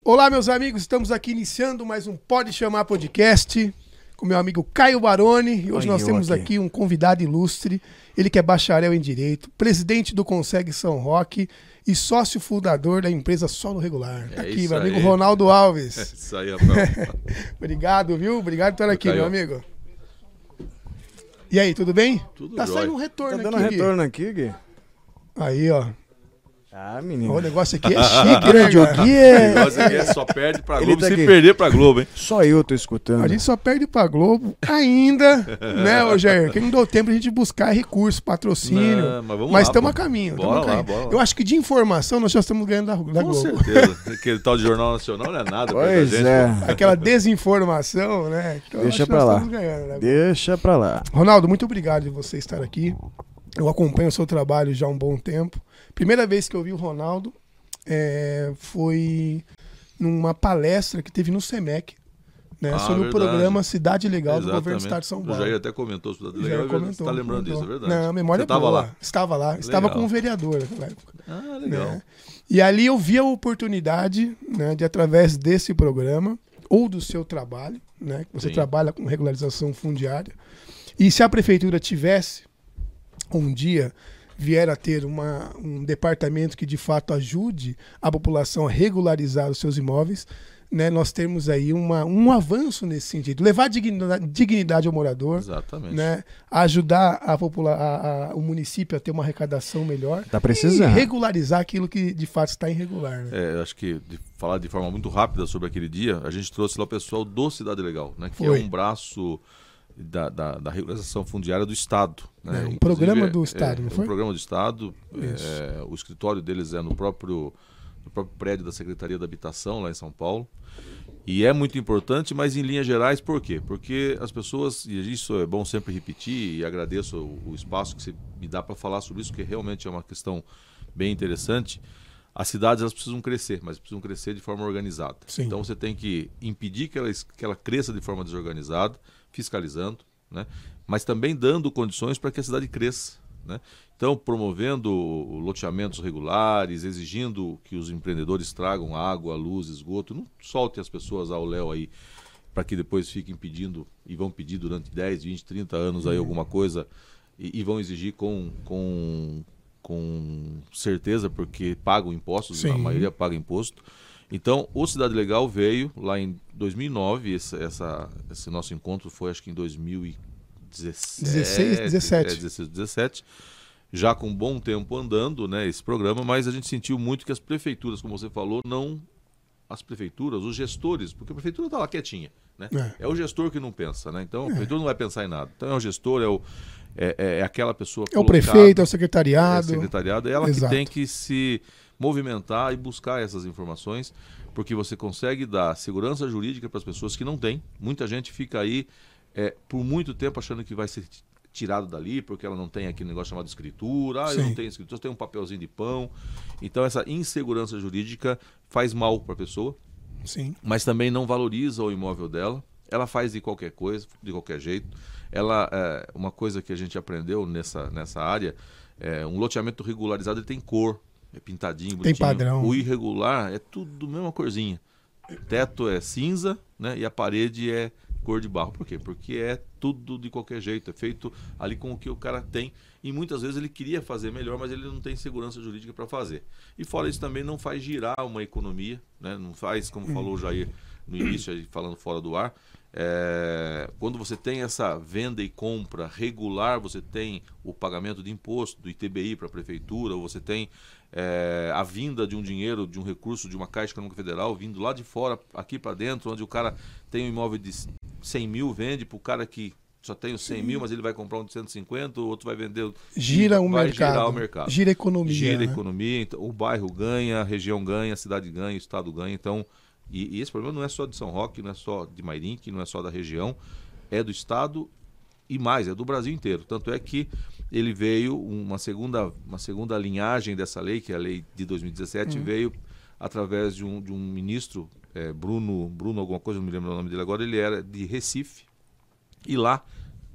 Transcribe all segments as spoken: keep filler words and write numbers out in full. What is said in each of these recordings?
Olá, meus amigos, estamos aqui iniciando mais um Pode Chamar Podcast com meu amigo Caio Baroni. E hoje Oi, nós temos aqui. aqui um convidado ilustre, ele que é bacharel em Direito, presidente do Consegue São Roque e sócio fundador da empresa Solo Regular. Tá é aqui, meu amigo aí. Ronaldo Alves. É isso aí, Rafael. Obrigado, viu? Obrigado por estar aqui, Caio. meu amigo. E aí, tudo bem? Tudo tá jóia. saindo um retorno Tá dando aqui. Gui. retorno aqui, Gui? Aí, ó. Ah, Ó, menino. o negócio aqui é chique, né, Grande, o cara? Gui O é... negócio aqui é só perde pra Ele Globo tá se aqui. perder pra Globo, hein? Só eu tô escutando. A gente só perde pra Globo ainda, né, ô Jair? Que não deu tempo a gente buscar recurso, patrocínio. Não, mas vamos mas lá, estamos a pô. caminho. Bora tamo a lá, caminho. bora lá. Eu acho que de informação nós já estamos ganhando da, da Com Globo. certeza. Aquele tal de Jornal Nacional não é nada pra Pois gente. é. Aquela desinformação, né? Então, eu Deixa acho que pra nós lá. estamos ganhando, né? Deixa pra lá. Ronaldo, muito obrigado de você estar aqui. Eu acompanho o seu trabalho já há um bom tempo. Primeira vez que eu vi o Ronaldo é, foi numa palestra que teve no SEMEC, né, Ah, sobre verdade. o programa Cidade Legal do Exatamente. Governo do Estado de São O Paulo. Jair até comentou sobre o Já legal. comentou, Você tá lembrando disso, é comentou. verdade. Não, a memória Você é tava boa. lá. Estava lá. Estava Legal. como vereador naquela época. Ah, legal. Né? E ali eu vi a oportunidade, né, de através desse programa ou do seu trabalho, né, que você Sim. trabalha com regularização fundiária, e se a prefeitura tivesse um dia vier a ter uma, um departamento que de fato ajude a população a regularizar os seus imóveis, né, nós temos aí uma, um avanço nesse sentido, levar dignidade, dignidade ao morador, Exatamente. né, ajudar a popula a, a, o município a ter uma arrecadação melhor Tá precisando. e regularizar aquilo que de fato está irregular. Né? É, eu acho que de falar de forma muito rápida sobre aquele dia, a gente trouxe lá o pessoal do Cidade Legal, né, que Foi. é um braço da, da, da regularização fundiária do Estado. Né? É, um Inclusive, programa é- do Estado, é, não é foi? um programa do Estado. Isso. É, o escritório deles é no próprio, no próprio prédio da Secretaria da Habitação, lá em São Paulo. E é muito importante, mas em linhas gerais, por quê? Porque as pessoas, e isso é bom sempre repetir, e agradeço o, o espaço que você me dá para falar sobre isso, que realmente é uma questão bem interessante. As cidades elas precisam crescer, mas precisam crescer de forma organizada. Sim. Então você tem que impedir que ela, que ela cresça de forma desorganizada, fiscalizando, né? Mas também dando condições para que a cidade cresça, né? Então, promovendo loteamentos regulares, exigindo que os empreendedores tragam água, luz, esgoto, não soltem as pessoas ao léu aí para que depois fiquem pedindo e vão pedir durante dez, vinte, trinta anos aí alguma coisa e, e vão exigir com, com, com certeza porque pagam impostos, Sim. a maioria paga imposto. Então, o Cidade Legal veio lá em dois mil e nove, essa, essa, esse nosso encontro foi acho que em dois mil e dezesseis, dezesseis, dezessete. É, dezesseis, dezessete, já com um bom tempo andando, né, esse programa, mas a gente sentiu muito que as prefeituras, como você falou, não as prefeituras, os gestores, porque a prefeitura está lá quietinha, né? É. É o gestor que não pensa, né? Então, a prefeitura não vai pensar em nada. Então, é o gestor, é, o, é, é- é aquela pessoa É o colocada, prefeito, é o é secretariado. o secretariado, é ela Exato. que tem que se movimentar e buscar essas informações, porque você consegue dar segurança jurídica para as pessoas que não têm. Muita gente fica aí é, por muito tempo achando que vai ser t- tirado dali, porque ela não tem aquele negócio chamado escritura, ah, eu Sim. não tenho escritura, eu tenho um papelzinho de pão. Então essa insegurança jurídica faz mal para a pessoa, Sim. mas também não valoriza o imóvel dela. Ela faz de qualquer coisa, de qualquer jeito. Ela, é, uma coisa que a gente aprendeu nessa, nessa área, é, um loteamento regularizado ele tem cor, é pintadinho, Tem bonitinho. padrão. O irregular é tudo mesma corzinha. Teto é cinza, né, e a parede é cor de barro. Por quê? Porque é tudo de qualquer jeito, é feito ali com o que o cara tem. E muitas vezes ele queria fazer melhor, mas ele não tem segurança jurídica para fazer. E fora isso também não faz girar uma economia, né? Não faz, como falou o Jair no início, aí falando fora do ar, é, quando você tem essa venda e compra regular, você tem o pagamento de imposto, do I T B I para a prefeitura, ou você tem é, a vinda de um dinheiro, de um recurso de uma Caixa Econômica Federal, vindo lá de fora, aqui para dentro, onde o cara tem um imóvel de cem mil, vende para o cara que só tem os cem mil, mas ele vai comprar um de cento e cinquenta, o outro vai vender... Gira o vai mercado. girar o mercado. Gira a economia. Gira a né? economia, então, o bairro ganha, a região ganha, a cidade ganha, o estado ganha. Então, e, e esse problema não é só de São Roque, não é só de Mairink, não é só da região, é do estado e mais, é do Brasil inteiro. Tanto é que ele veio, uma segunda, uma segunda linhagem dessa lei, que é a lei de dois mil e dezessete, Uhum. veio através de um, de um ministro, é, Bruno, Bruno alguma coisa, não me lembro o nome dele agora, ele era de Recife, e lá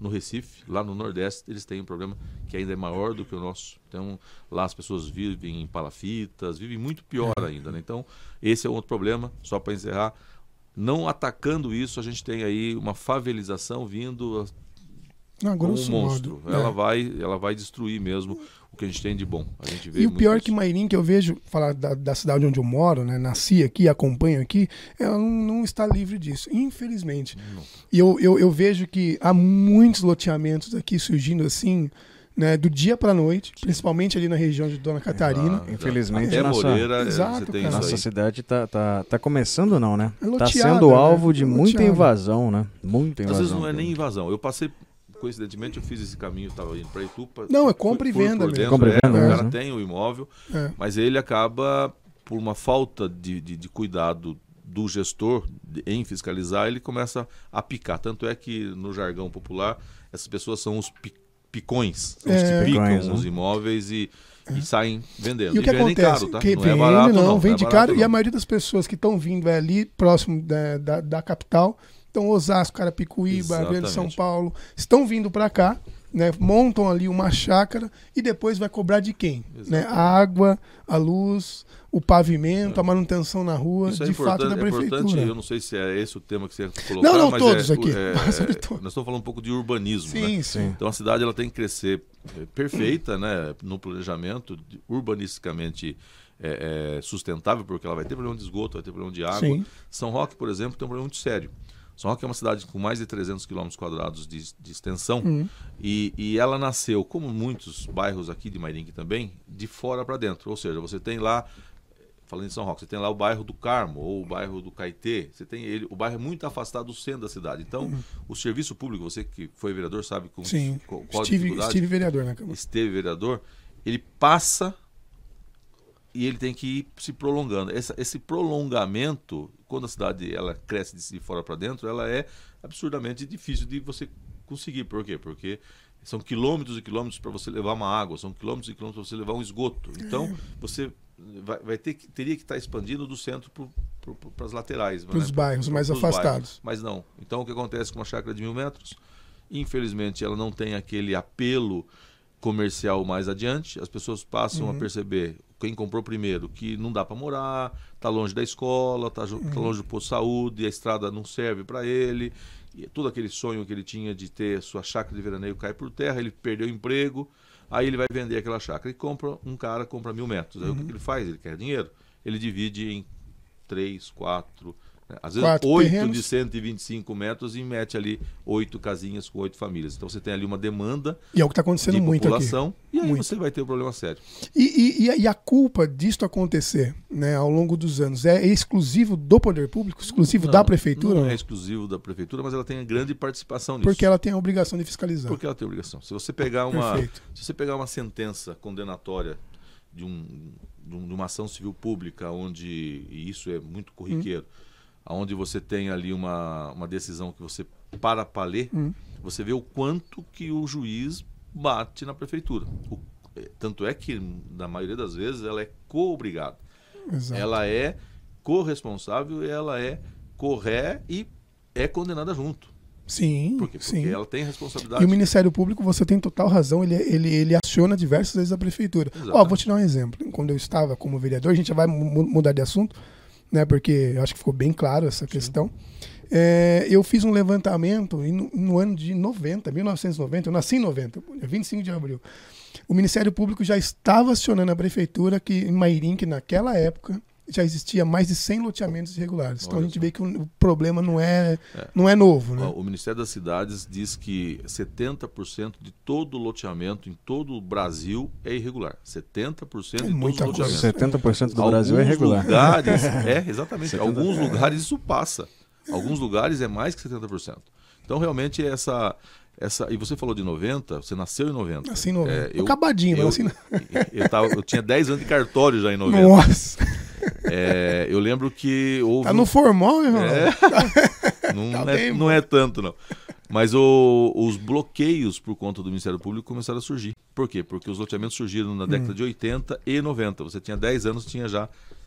no Recife, lá no Nordeste, eles têm um problema que ainda é maior do que o nosso. Então, lá as pessoas vivem em palafitas, vivem muito pior ainda, né? Então, esse é um outro problema, só para encerrar. Não atacando isso, a gente tem aí uma favelização vindo Não, como um grosso monstro. modo, Ela, é. vai, ela vai destruir mesmo o que a gente tem de bom. A gente vê E o muito pior é isso. que Mairim, que eu vejo, falar da, da cidade onde eu moro, né, nasci aqui, acompanho aqui, ela não, não está livre disso, infelizmente. Não. E eu, eu, eu vejo que há muitos loteamentos aqui surgindo assim, né, do dia para a noite, principalmente ali na região de Dona Catarina. Exato. Infelizmente, Até nossa- Moreira, Exato, você tem cara. isso Nossa aí. cidade tá, tá, tá começando não, né? É Tá loteada, sendo né? alvo de muita Loteada. invasão, né? Muita Às invasão. vezes não é nem invasão. Eu passei, coincidentemente, eu fiz esse caminho, estava indo para Itu. pra- Não, é fui- compra e fui venda por mesmo. dentro, Compra e é, venda o mesmo, cara né? tem o imóvel, É. mas ele acaba, por uma falta de, de, de cuidado do gestor de- em fiscalizar, ele começa a picar. Tanto é que, no jargão popular, essas pessoas são os pi- picões. São os É. que picam Picões, né? os imóveis e, e saem vendendo. E o que vendem acontece? caro, tá? Que Não vende, é barato, não, não. vende não é caro. barato, E a não. maioria das pessoas que estão vindo é ali próximo da, da, da capital, então Osasco, Carapicuíba, Grande São Exatamente. Paulo, estão vindo para cá, né, montam ali uma chácara e depois vai cobrar de quem? Né? Exatamente. A água, a luz, o pavimento, a manutenção na rua, Isso é de fato importante, da é importante, prefeitura. eu não sei se é esse o tema que você ia colocar, Não, não, mas todos é, aqui. é, Passa de é, todos. nós estamos falando um pouco de urbanismo, Sim, né? sim. Então a cidade ela tem que crescer é, perfeita, né, no planejamento, de- urbanisticamente é, é, sustentável, porque ela vai ter problema de esgoto, vai ter problema de água. Sim. São Roque, por exemplo, tem um problema muito sério. São Roque é uma cidade com mais de trezentos quilômetros quadrados de, de extensão Uhum. e, e ela nasceu, como muitos bairros aqui de Mairinque também, de fora para dentro. Ou seja, você tem lá, falando de São Roque, você tem lá o bairro do Carmo ou o bairro do Caetê, você tem ele, o bairro é muito afastado do centro da cidade. Então, o serviço público, você que foi vereador sabe com, Sim. com qual a Estive, dificuldade, estive vereador na Câmara. esteve vereador, ele passa e ele tem que ir se prolongando. Essa, esse prolongamento, quando a cidade ela cresce de fora para dentro, ela é absurdamente difícil de você conseguir. Por quê? Porque são quilômetros e quilômetros para você levar uma água, são quilômetros e quilômetros para você levar um esgoto. Então, você vai, vai ter que, teria que estar expandindo do centro para as laterais. Para os né? bairros Pro- mais pros afastados. bairros. Mas não. Então, o que acontece com uma chácara de mil metros? Infelizmente, ela não tem aquele apelo comercial mais adiante. As pessoas passam Uhum. a perceber, quem comprou primeiro, que não dá para morar, está longe da escola, está Uhum. longe do posto de saúde, a estrada não serve para ele. E todo aquele sonho que ele tinha de ter sua chácara de veraneio cai por terra, ele perdeu o emprego, aí ele vai vender aquela chácara e compra, um cara compra mil metros. Aí Uhum. o que que ele faz? Ele quer dinheiro. Ele divide em três, quatro, né? Às vezes Quatro oito terrenos. de cento e vinte e cinco metros e mete ali oito casinhas com oito famílias. Então você tem ali uma demanda E é o que está acontecendo de muito aqui. população e aí Muito. você vai ter um problema sério. E, e- e a- e a culpa disto acontecer, né, ao longo dos anos é exclusivo do poder público, exclusivo Não, da prefeitura? Não Não? é exclusivo da prefeitura, mas ela tem grande participação nisso. Porque ela tem a obrigação de fiscalizar. Porque ela tem obrigação. Se você pegar uma, Perfeito. se você pegar uma sentença condenatória de, um, de, um- de uma ação civil pública, onde, e isso é muito corriqueiro, onde você tem ali uma, uma decisão que você para para ler, Hum. você vê o quanto que o juiz bate na prefeitura. O- é, tanto é que, na maioria das vezes, ela é co-obrigada. Exato. Ela é corresponsável, ela é corré e é condenada junto. Sim, Por quê? Porque sim. ela tem responsabilidade. E o Ministério Público, você tem total razão, ele, ele, ele aciona diversas vezes a prefeitura. Ó, Exatamente. vou te dar um exemplo. Quando eu estava como vereador, a gente já vai mu- mudar de assunto, né? Porque eu acho que ficou bem claro essa questão. É, eu fiz um levantamento e no, no ano de noventa, mil novecentos e noventa, eu nasci em noventa, vinte e cinco de abril. O Ministério Público já estava acionando a prefeitura que em Mairim, que naquela época já existia mais de cem loteamentos irregulares. Então Olha a gente só. vê que o, o problema não é, É. não é novo, né? Ó, o Ministério das Cidades diz que setenta por cento de todo o loteamento em todo o Brasil é irregular. setenta por cento É de todos muita os coisa. loteamentos. setenta por cento do Alguns Brasil é irregular. lugares, é, exatamente. setenta Alguns lugares isso passa. Alguns lugares é mais que setenta por cento. Então, realmente, essa... essa e você falou de noventa, você nasceu em noventa. Nasci em noventa. É, eu- Acabadinho, eu, mas assim... eu, tava, eu tinha dez anos de cartório já em noventa. Nossa! É, eu lembro que houve... Tá no formal, meu irmão? É. Não, Tá é, bem, não é tanto, não. Mas o- os bloqueios por conta do Ministério Público começaram a surgir. Por quê? Porque os loteamentos surgiram na década de oitenta e noventa. Você tinha dez anos, tinha já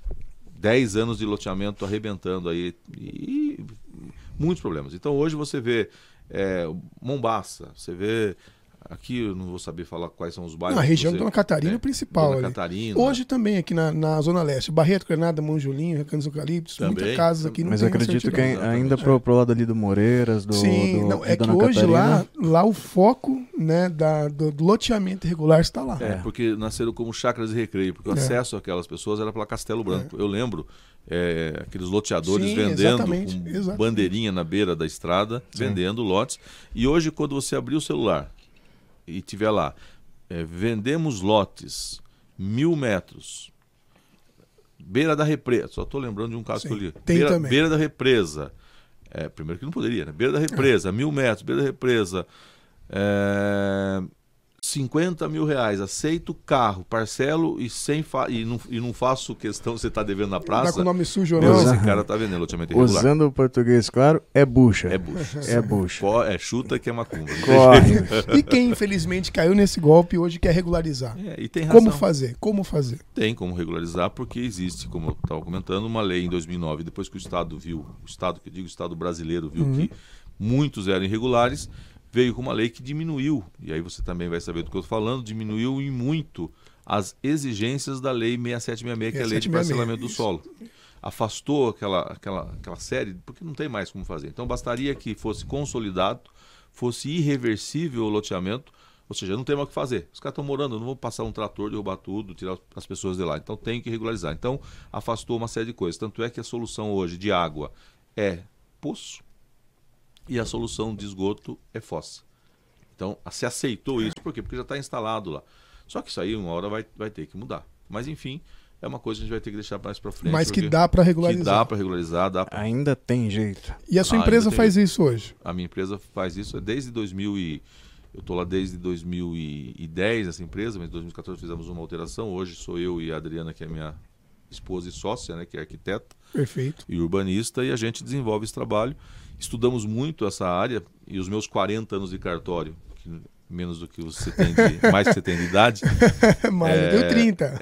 dez anos de loteamento arrebentando aí. E muitos problemas. Então hoje você vê é, Mombaça, você vê... Aqui eu não vou saber falar quais são os bairros. Na região você, de Dona Catarina, é, o principal. Dona ali. Catarina. Hoje também aqui na, na Zona Leste. Barreto, Granada, Monjolinho, Recantos Eucaliptos. Também. Muitas casas aqui não Mas tem eu acredito que certidão. ainda pro, pro lado ali do Moreiras, do, Sim, do, não, de é que Dona hoje Catarina. lá, lá o foco, né, da, do, do loteamento irregular está lá. É, porque nasceram como chácaras de recreio, porque o É. acesso àquelas pessoas era pela Castelo Branco. Eu lembro é, aqueles loteadores Sim, vendendo exatamente, com exatamente. bandeirinha na beira da estrada, Sim. vendendo lotes. E hoje, quando você abrir o celular e tiver lá, é, vendemos lotes, mil metros, beira da represa, só estou lembrando de um caso Sim, que eu li. tem Beira, também. beira da represa, é, primeiro que não poderia, né? Beira da represa, mil metros, beira da represa, é, cinquenta mil reais, aceito carro, parcelo e, sem fa e, não, e não faço questão você está devendo na Tá praça. com o nome sujo ou Meu, não? esse cara tá vendendo loteamento irregular. Usando o português, claro, é bucha. É bucha. É bucha. Co- É chuta que é macumba. Não tem Corre. E quem infelizmente caiu nesse golpe hoje quer regularizar? jeito. É, e tem razão. Como fazer? Como fazer? Tem como regularizar, porque existe, como eu estava comentando, uma lei em dois mil e nove, depois que o Estado viu, o Estado, que eu digo, o Estado brasileiro viu Uhum. que muitos eram irregulares, veio com uma lei que diminuiu, e aí você também vai saber do que eu estou falando, diminuiu em muito as exigências da lei seis sete seis seis, que é a lei de seis sete seis seis, parcelamento do isso. solo. Afastou aquela, aquela, aquela série, porque não tem mais como fazer. Então bastaria que fosse consolidado, fosse irreversível o loteamento, ou seja, não tem mais o que fazer. Os caras estão morando, eu não vou passar um trator, derrubar tudo, tirar as pessoas de lá. Então tem que regularizar. Então afastou uma série de coisas. Tanto é que a solução hoje de água é poço e a solução de esgoto é fossa. Então se aceitou isso, por quê? Porque já está instalado lá. Só que isso aí uma hora vai, vai ter que mudar. Mas enfim, é uma coisa que a gente vai ter que deixar mais para frente. Mas que porque- dá para que regularizar. dá para regularizar, dá pra... Ainda tem jeito. E a sua Ah, empresa ainda tem- faz isso hoje? A minha empresa faz isso desde dois mil e... Eu estou lá desde dois mil e dez nessa empresa, mas em dois mil e quatorze fizemos uma alteração. Hoje sou eu e a Adriana, que é minha esposa e sócia, né, que é arquiteta Perfeito. e urbanista, e a gente desenvolve esse trabalho. Estudamos muito essa área e os meus quarenta anos de cartório, que menos do que você tem de, mais que você tem de idade, Mas É, deu trinta.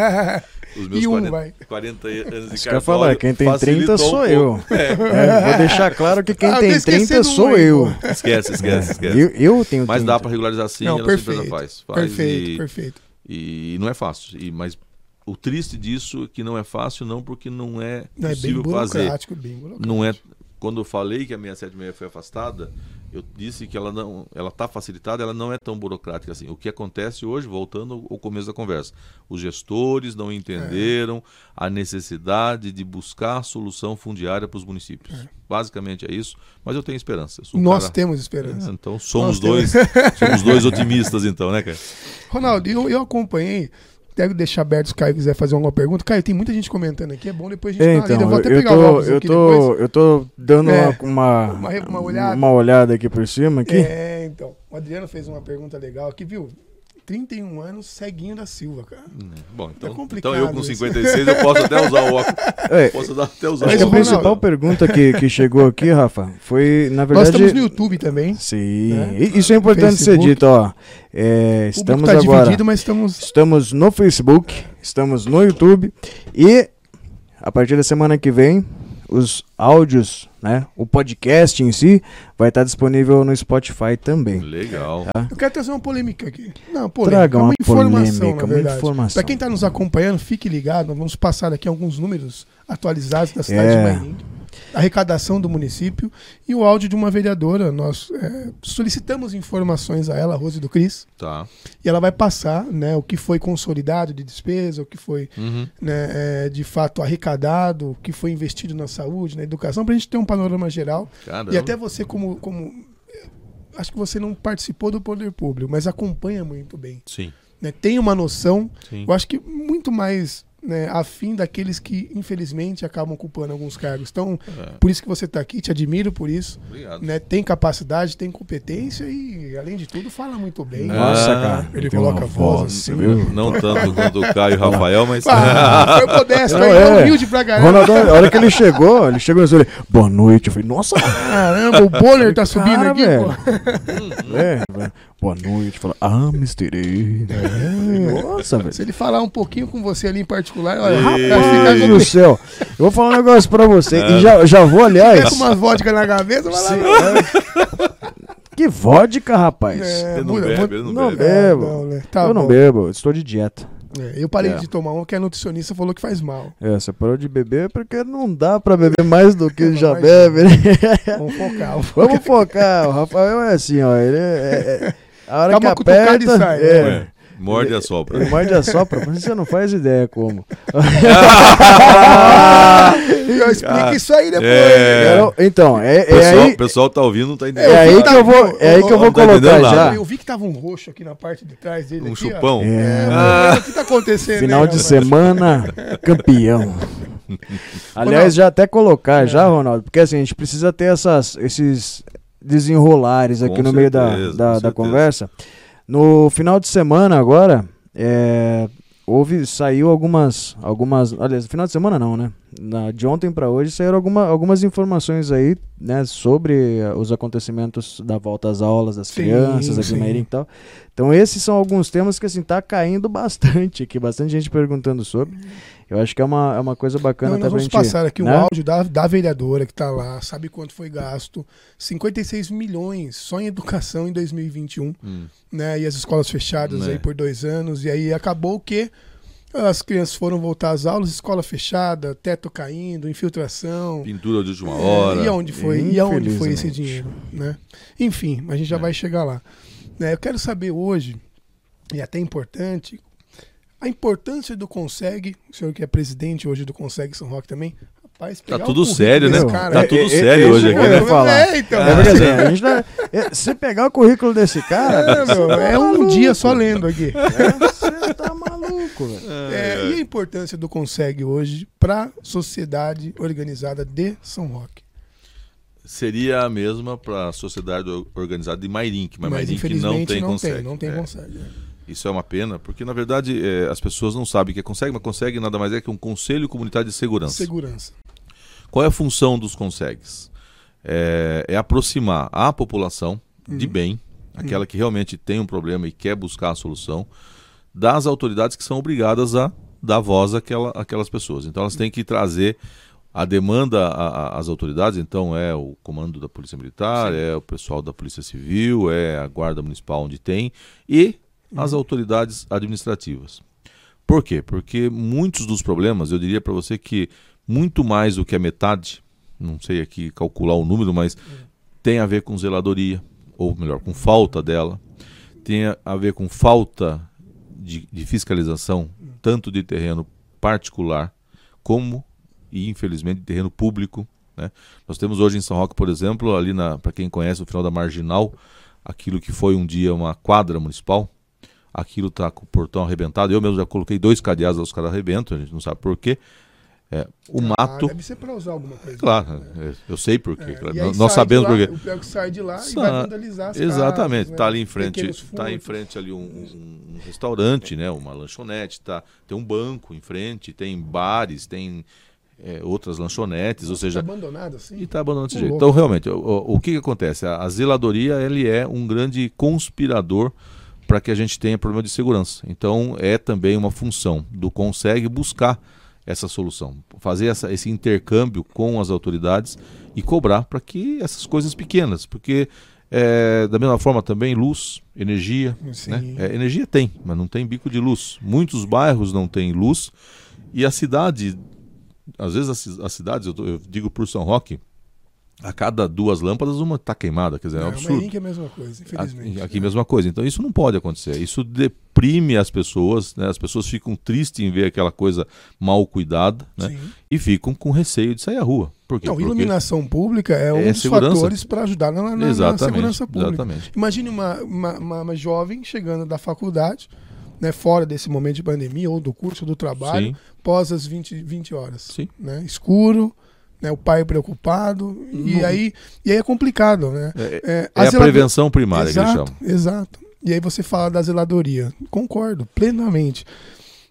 os meus E um, quarenta, vai. quarenta anos de Isso que eu ia cartório falar, quem tem trinta facilitou um sou pouco. eu. É, vou deixar claro que quem Ah, eu tô tem trinta esquecendo sou um aí, eu. pô. Esquece, esquece, esquece. Eu, eu tenho Mas trinta. dá para regularizar sim, Não, e a nossa perfeito. empresa faz. faz Perfeito, e, perfeito. e não é fácil. E, mas o triste disso é que não é fácil, não porque não é Não, é bem possível fazer. burocrático, bem burocrático. Não é. Quando eu falei que a seis sete seis foi afastada, eu disse que ela não, ela está facilitada, ela não é tão burocrática assim. O que acontece hoje, voltando ao começo da conversa, os gestores não entenderam a necessidade de buscar solução fundiária para os municípios. É. Basicamente é isso, mas eu tenho esperança. Eu sou um Nós cara- temos esperança. É, então somos Nós dois, somos dois otimistas então, né, cara? Ronaldo, eu, eu acompanhei. Deve deixar aberto se o Caio quiser fazer alguma pergunta. Caio, tem muita gente comentando aqui. É bom depois a gente É, dar uma lida. então, Eu vou até eu pegar o tô, óculos eu aqui tô, depois. eu tô dando É, uma, uma, uma re- uma olhada. uma olhada aqui por cima. Aqui. É, então. O Adriano fez uma pergunta legal aqui, viu? trinta e um anos, ceguinho da Silva, cara. Bom, então, É complicado então eu com isso. cinquenta e seis eu posso até usar o óculos. É, Posso dar- até usar acho Mas que a o o óculos. principal Ronaldo- pergunta que, que chegou aqui, Rafa, foi, na Nós verdade... estamos no YouTube também. Sim, né? e- isso é importante Facebook. ser dito, ó. É, O público estamos tá agora... dividido, mas estamos... Estamos no Facebook, estamos no YouTube e a partir da semana que vem os áudios, né, o podcast em si vai estar disponível no Spotify também. Legal. Eu quero trazer uma polêmica aqui. Não, polêmica. Traga é uma uma informação, polêmica, na uma verdade. informação. Para quem está nos acompanhando, fique ligado. Nós vamos passar aqui alguns números atualizados da cidade É. de Mairinho, arrecadação do município e o áudio de uma vereadora. Nós é, solicitamos informações a ela, a Rose do Cris, Tá. e ela vai passar, né, o que foi consolidado de despesa, o que foi, Uhum. né, é, de fato arrecadado, o que foi investido na saúde, na educação, para a gente ter um panorama geral. Caramba. E até você, como, como. Acho que você não participou do poder público, mas acompanha muito bem. Sim, Né? Tem uma noção, sim. eu acho que muito mais, né, afim daqueles que, infelizmente, acabam ocupando alguns cargos. Então, É. por isso que você está aqui, te admiro por isso. Obrigado. Né? Tem capacidade, tem competência e, além de tudo, fala muito bem. Nossa, Ah, cara. Ele tem coloca uma a voz voz, assim. viu? Não tanto quanto o Caio e o Rafael, mas. Ah, foi modesto, Não, aí, é. humilde pra caramba. Ronaldo, a hora que ele chegou, ele chegou e falou, boa noite. Eu falei, nossa, Caramba, o Bonner tá subindo Cara, aqui, velho. pô. é, boa noite. Falou, ah, mister E. É, nossa, velho. Se ele falar um pouquinho com você ali em particular, particular. Olha, Rapaz do céu. Eu vou falar um negócio pra você. É. E já, já vou, aliás. Pega uma vodka na cabeça, vai lá. Que vodka, rapaz? É, não muda, bebe, muda, ele não, não bebe. bebo. Não, né? Tá eu bom. não bebo, estou de dieta. É, eu parei É. de tomar um que a nutricionista falou que faz mal. É, você parou de beber porque não dá pra beber mais do que Não, já mas- bebe, né? Vamos focar. Vamos focar. Vamos focar. O Rafael é assim, ó. Ele é. é- é- a hora Dá que uma cutucada aperta. e sai, é, É. Morde a sopra. Ele morde a sopra, mas você não faz ideia como. Eu explico Ah, isso aí depois. é. né? Eu- então, é, O é pessoal, aí. o pessoal tá ouvindo, não tá entendendo. É aí Tá que eu vou, bom, é aí que eu vou não tá colocar entendendo já. nada. Eu vi que tava um roxo aqui na parte de trás dele. Um aqui, ó. chupão. É. É, Ah. mas o que tá acontecendo? Final né, de rapaz? semana, campeão. Aliás, já até colocar já, Ronaldo, porque assim, a gente precisa ter essas, esses desenrolares aqui Com no meio da, certeza, da, com da certeza. conversa. No final de semana agora, é, houve, saiu algumas, algumas, aliás, no final de semana não, né? Na, de ontem para hoje saíram alguma, algumas informações aí, né, sobre eh, os acontecimentos da volta às aulas das Sim, crianças aqui sim. em Mairim e tal. Então esses são alguns temas que assim tá caindo bastante aqui, bastante gente perguntando sobre. Eu acho que é uma, é uma coisa bacana Não, até nós pra vamos gente, passar aqui né? o áudio da, da vereadora que está lá, sabe quanto foi gasto? cinquenta e seis milhões só em educação em dois mil e vinte e um, Hum. né? E as escolas fechadas Né. aí por dois anos, e aí acabou que as crianças foram voltar às aulas, escola fechada, teto caindo, infiltração. Pintura de última É, hora. e aonde foi? E aonde foi esse Infelizmente. dinheiro, né? Enfim, a gente já É. vai chegar lá. Né, eu quero saber hoje, e até importante, a importância do Conseg, o senhor que é presidente hoje do Conseg São Roque também, rapaz, Tá pegar tudo o currículo sério, né? desse cara, Tá é- tudo é- sério é- hoje é- aqui, eu né? ia falar. É, então. É porque assim, a gente tá- é, se pegar o currículo desse cara, É, meu, é um dia só lendo aqui. você tá maluco, velho. É, e a importância do Conseg hoje para a sociedade organizada de São Roque? Seria a mesma para a sociedade or- organizada de Mairim, que mas, Mas Mairim que infelizmente não tem não Conseg. tem, não tem É. Conseg. é. Isso é uma pena, porque na verdade é, as pessoas não sabem o que é Conseg, mas Conseg nada mais é que um Conselho Comunitário de Segurança. Segurança. Qual é a função dos Consegs? É, é aproximar a população de Uhum. bem, aquela que realmente tem um problema e quer buscar a solução, das autoridades que são obrigadas a dar voz àquela, àquelas pessoas. Então elas têm que trazer a demanda a- a- às autoridades, então é o comando da Polícia Militar, Sim. é o pessoal da Polícia Civil, é a Guarda Municipal onde tem, e as autoridades administrativas. Por quê? Porque muitos dos problemas, eu diria para você que muito mais do que a metade, não sei aqui calcular o número, mas tem a ver com zeladoria, ou melhor, com falta dela, tem a- a ver com falta de, de fiscalização, tanto de terreno particular, como, e infelizmente, de terreno público, né? Nós temos hoje em São Roque, por exemplo, ali para quem conhece o final da Marginal, aquilo que foi um dia uma quadra municipal, aquilo está com o portão arrebentado. Eu mesmo já coloquei dois cadeados, os caras arrebentam, a gente não sabe por quê. É, o Ah, mato, deve ser para usar alguma coisa. claro, é, eu sei por quê. É, claro, e aí nós nós sai de sabemos lá, por quê. O pior é que sai de lá e Sa- vai vandalizar as Exatamente, casas, está né? ali em frente, Pequenos tá em furtos. frente ali um, um- um restaurante, né, uma lanchonete, tá, tem um banco em frente, tem bares, tem é, outras lanchonetes, ou seja, Tá abandonado assim? e está abandonando desse Ô, jeito. louco. Então, realmente, o, o- o que, que acontece? A, a zeladoria ele é um grande conspirador para que a gente tenha problema de segurança. Então, é também uma função do Conseg buscar essa solução, fazer essa, esse intercâmbio com as autoridades e cobrar para que essas coisas pequenas, porque é, da mesma forma também luz, energia, Sim. né? É, energia tem, mas não tem bico de luz. Muitos bairros não têm luz e a cidade, às vezes as, ci- as cidades, eu, tô- eu digo por São Roque, a cada duas lâmpadas uma está queimada, quer dizer, é um Não, absurdo. Mas é a mesma coisa, infelizmente. Aqui, aqui mesma coisa. Então isso não pode acontecer. Isso deprime as pessoas, né? As pessoas ficam tristes em ver aquela coisa mal cuidada, né? Sim. E ficam com receio de sair à rua. Por quê? Não, Porque... iluminação pública é um É dos segurança. fatores para ajudar na, na- na Exatamente, segurança pública. exatamente. Imagine uma, uma, uma- uma jovem chegando da faculdade, né, fora desse momento de pandemia, ou do curso, ou do trabalho, Sim. pós as vinte, vinte horas. Sim. Né, escuro, né, o pai preocupado, e, Não. aí, e aí é complicado. Né? É, É, é a zelado- prevenção primária que eles Exato, chamam. exato. E aí você fala da zeladoria. Concordo, plenamente.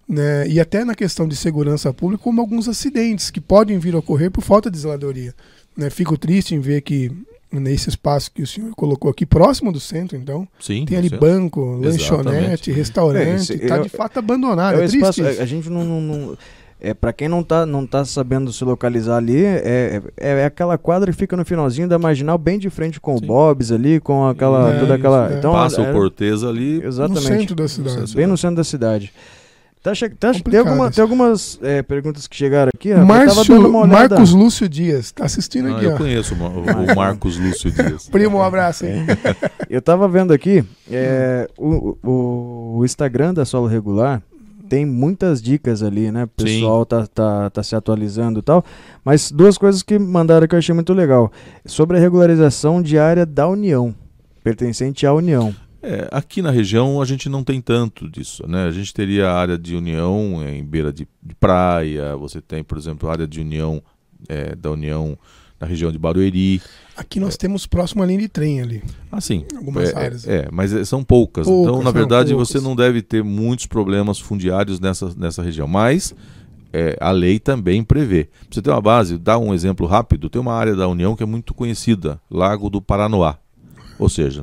né? E até na questão de segurança pública, como alguns acidentes que podem vir a ocorrer por falta de zeladoria. Né? Fico triste em ver que nesse espaço que o senhor colocou aqui, próximo do centro, então, Sim, tem ali certo. banco, Exatamente. lanchonete, restaurante, É, esse- tá é- de fato abandonado, É o é, triste espaço, isso. a, a gente não, não, não- é para quem não tá, não tá sabendo se localizar ali, é, é, é aquela quadra que fica no finalzinho da Marginal, bem de frente com Sim. o Bob's ali, com aquela, É, toda aquela, isso, é. então Passa é- o Cortez ali. No exatamente, centro da cidade. bem no centro da cidade. Tá, che- tá, tem, Complicado alguma, isso. tem algumas é, perguntas que chegaram aqui. rapaz, eu tava Márcio, dando uma olhada. Marcos Lúcio Dias, tá assistindo Ah, aqui, eu ó. conheço o, Ma- o- o Marcos Lúcio Dias. Primo, um abraço aí. Eu tava vendo aqui, é, o, o, o Instagram da Solo Regular tem muitas dicas ali, né? O pessoal tá, tá, tá se atualizando e tal. Mas duas coisas que mandaram que eu achei muito legal. Sobre a regularização de área da União, pertencente à União. É, aqui na região a gente não tem tanto disso, né? A gente teria a área de união em beira de, de praia, você tem, por exemplo, a área de união é, da União na região de Barueri. Aqui nós temos próximo a linha de trem ali. Assim, Algumas é, áreas. é, mas é, são poucas. Poucas, então, na são verdade, poucas. você não deve ter muitos problemas fundiários nessa, nessa região. Mas é, a lei também prevê. Pra você ter uma base, dá um exemplo rápido, tem uma área da União que é muito conhecida, Lago do Paranoá. Ou seja,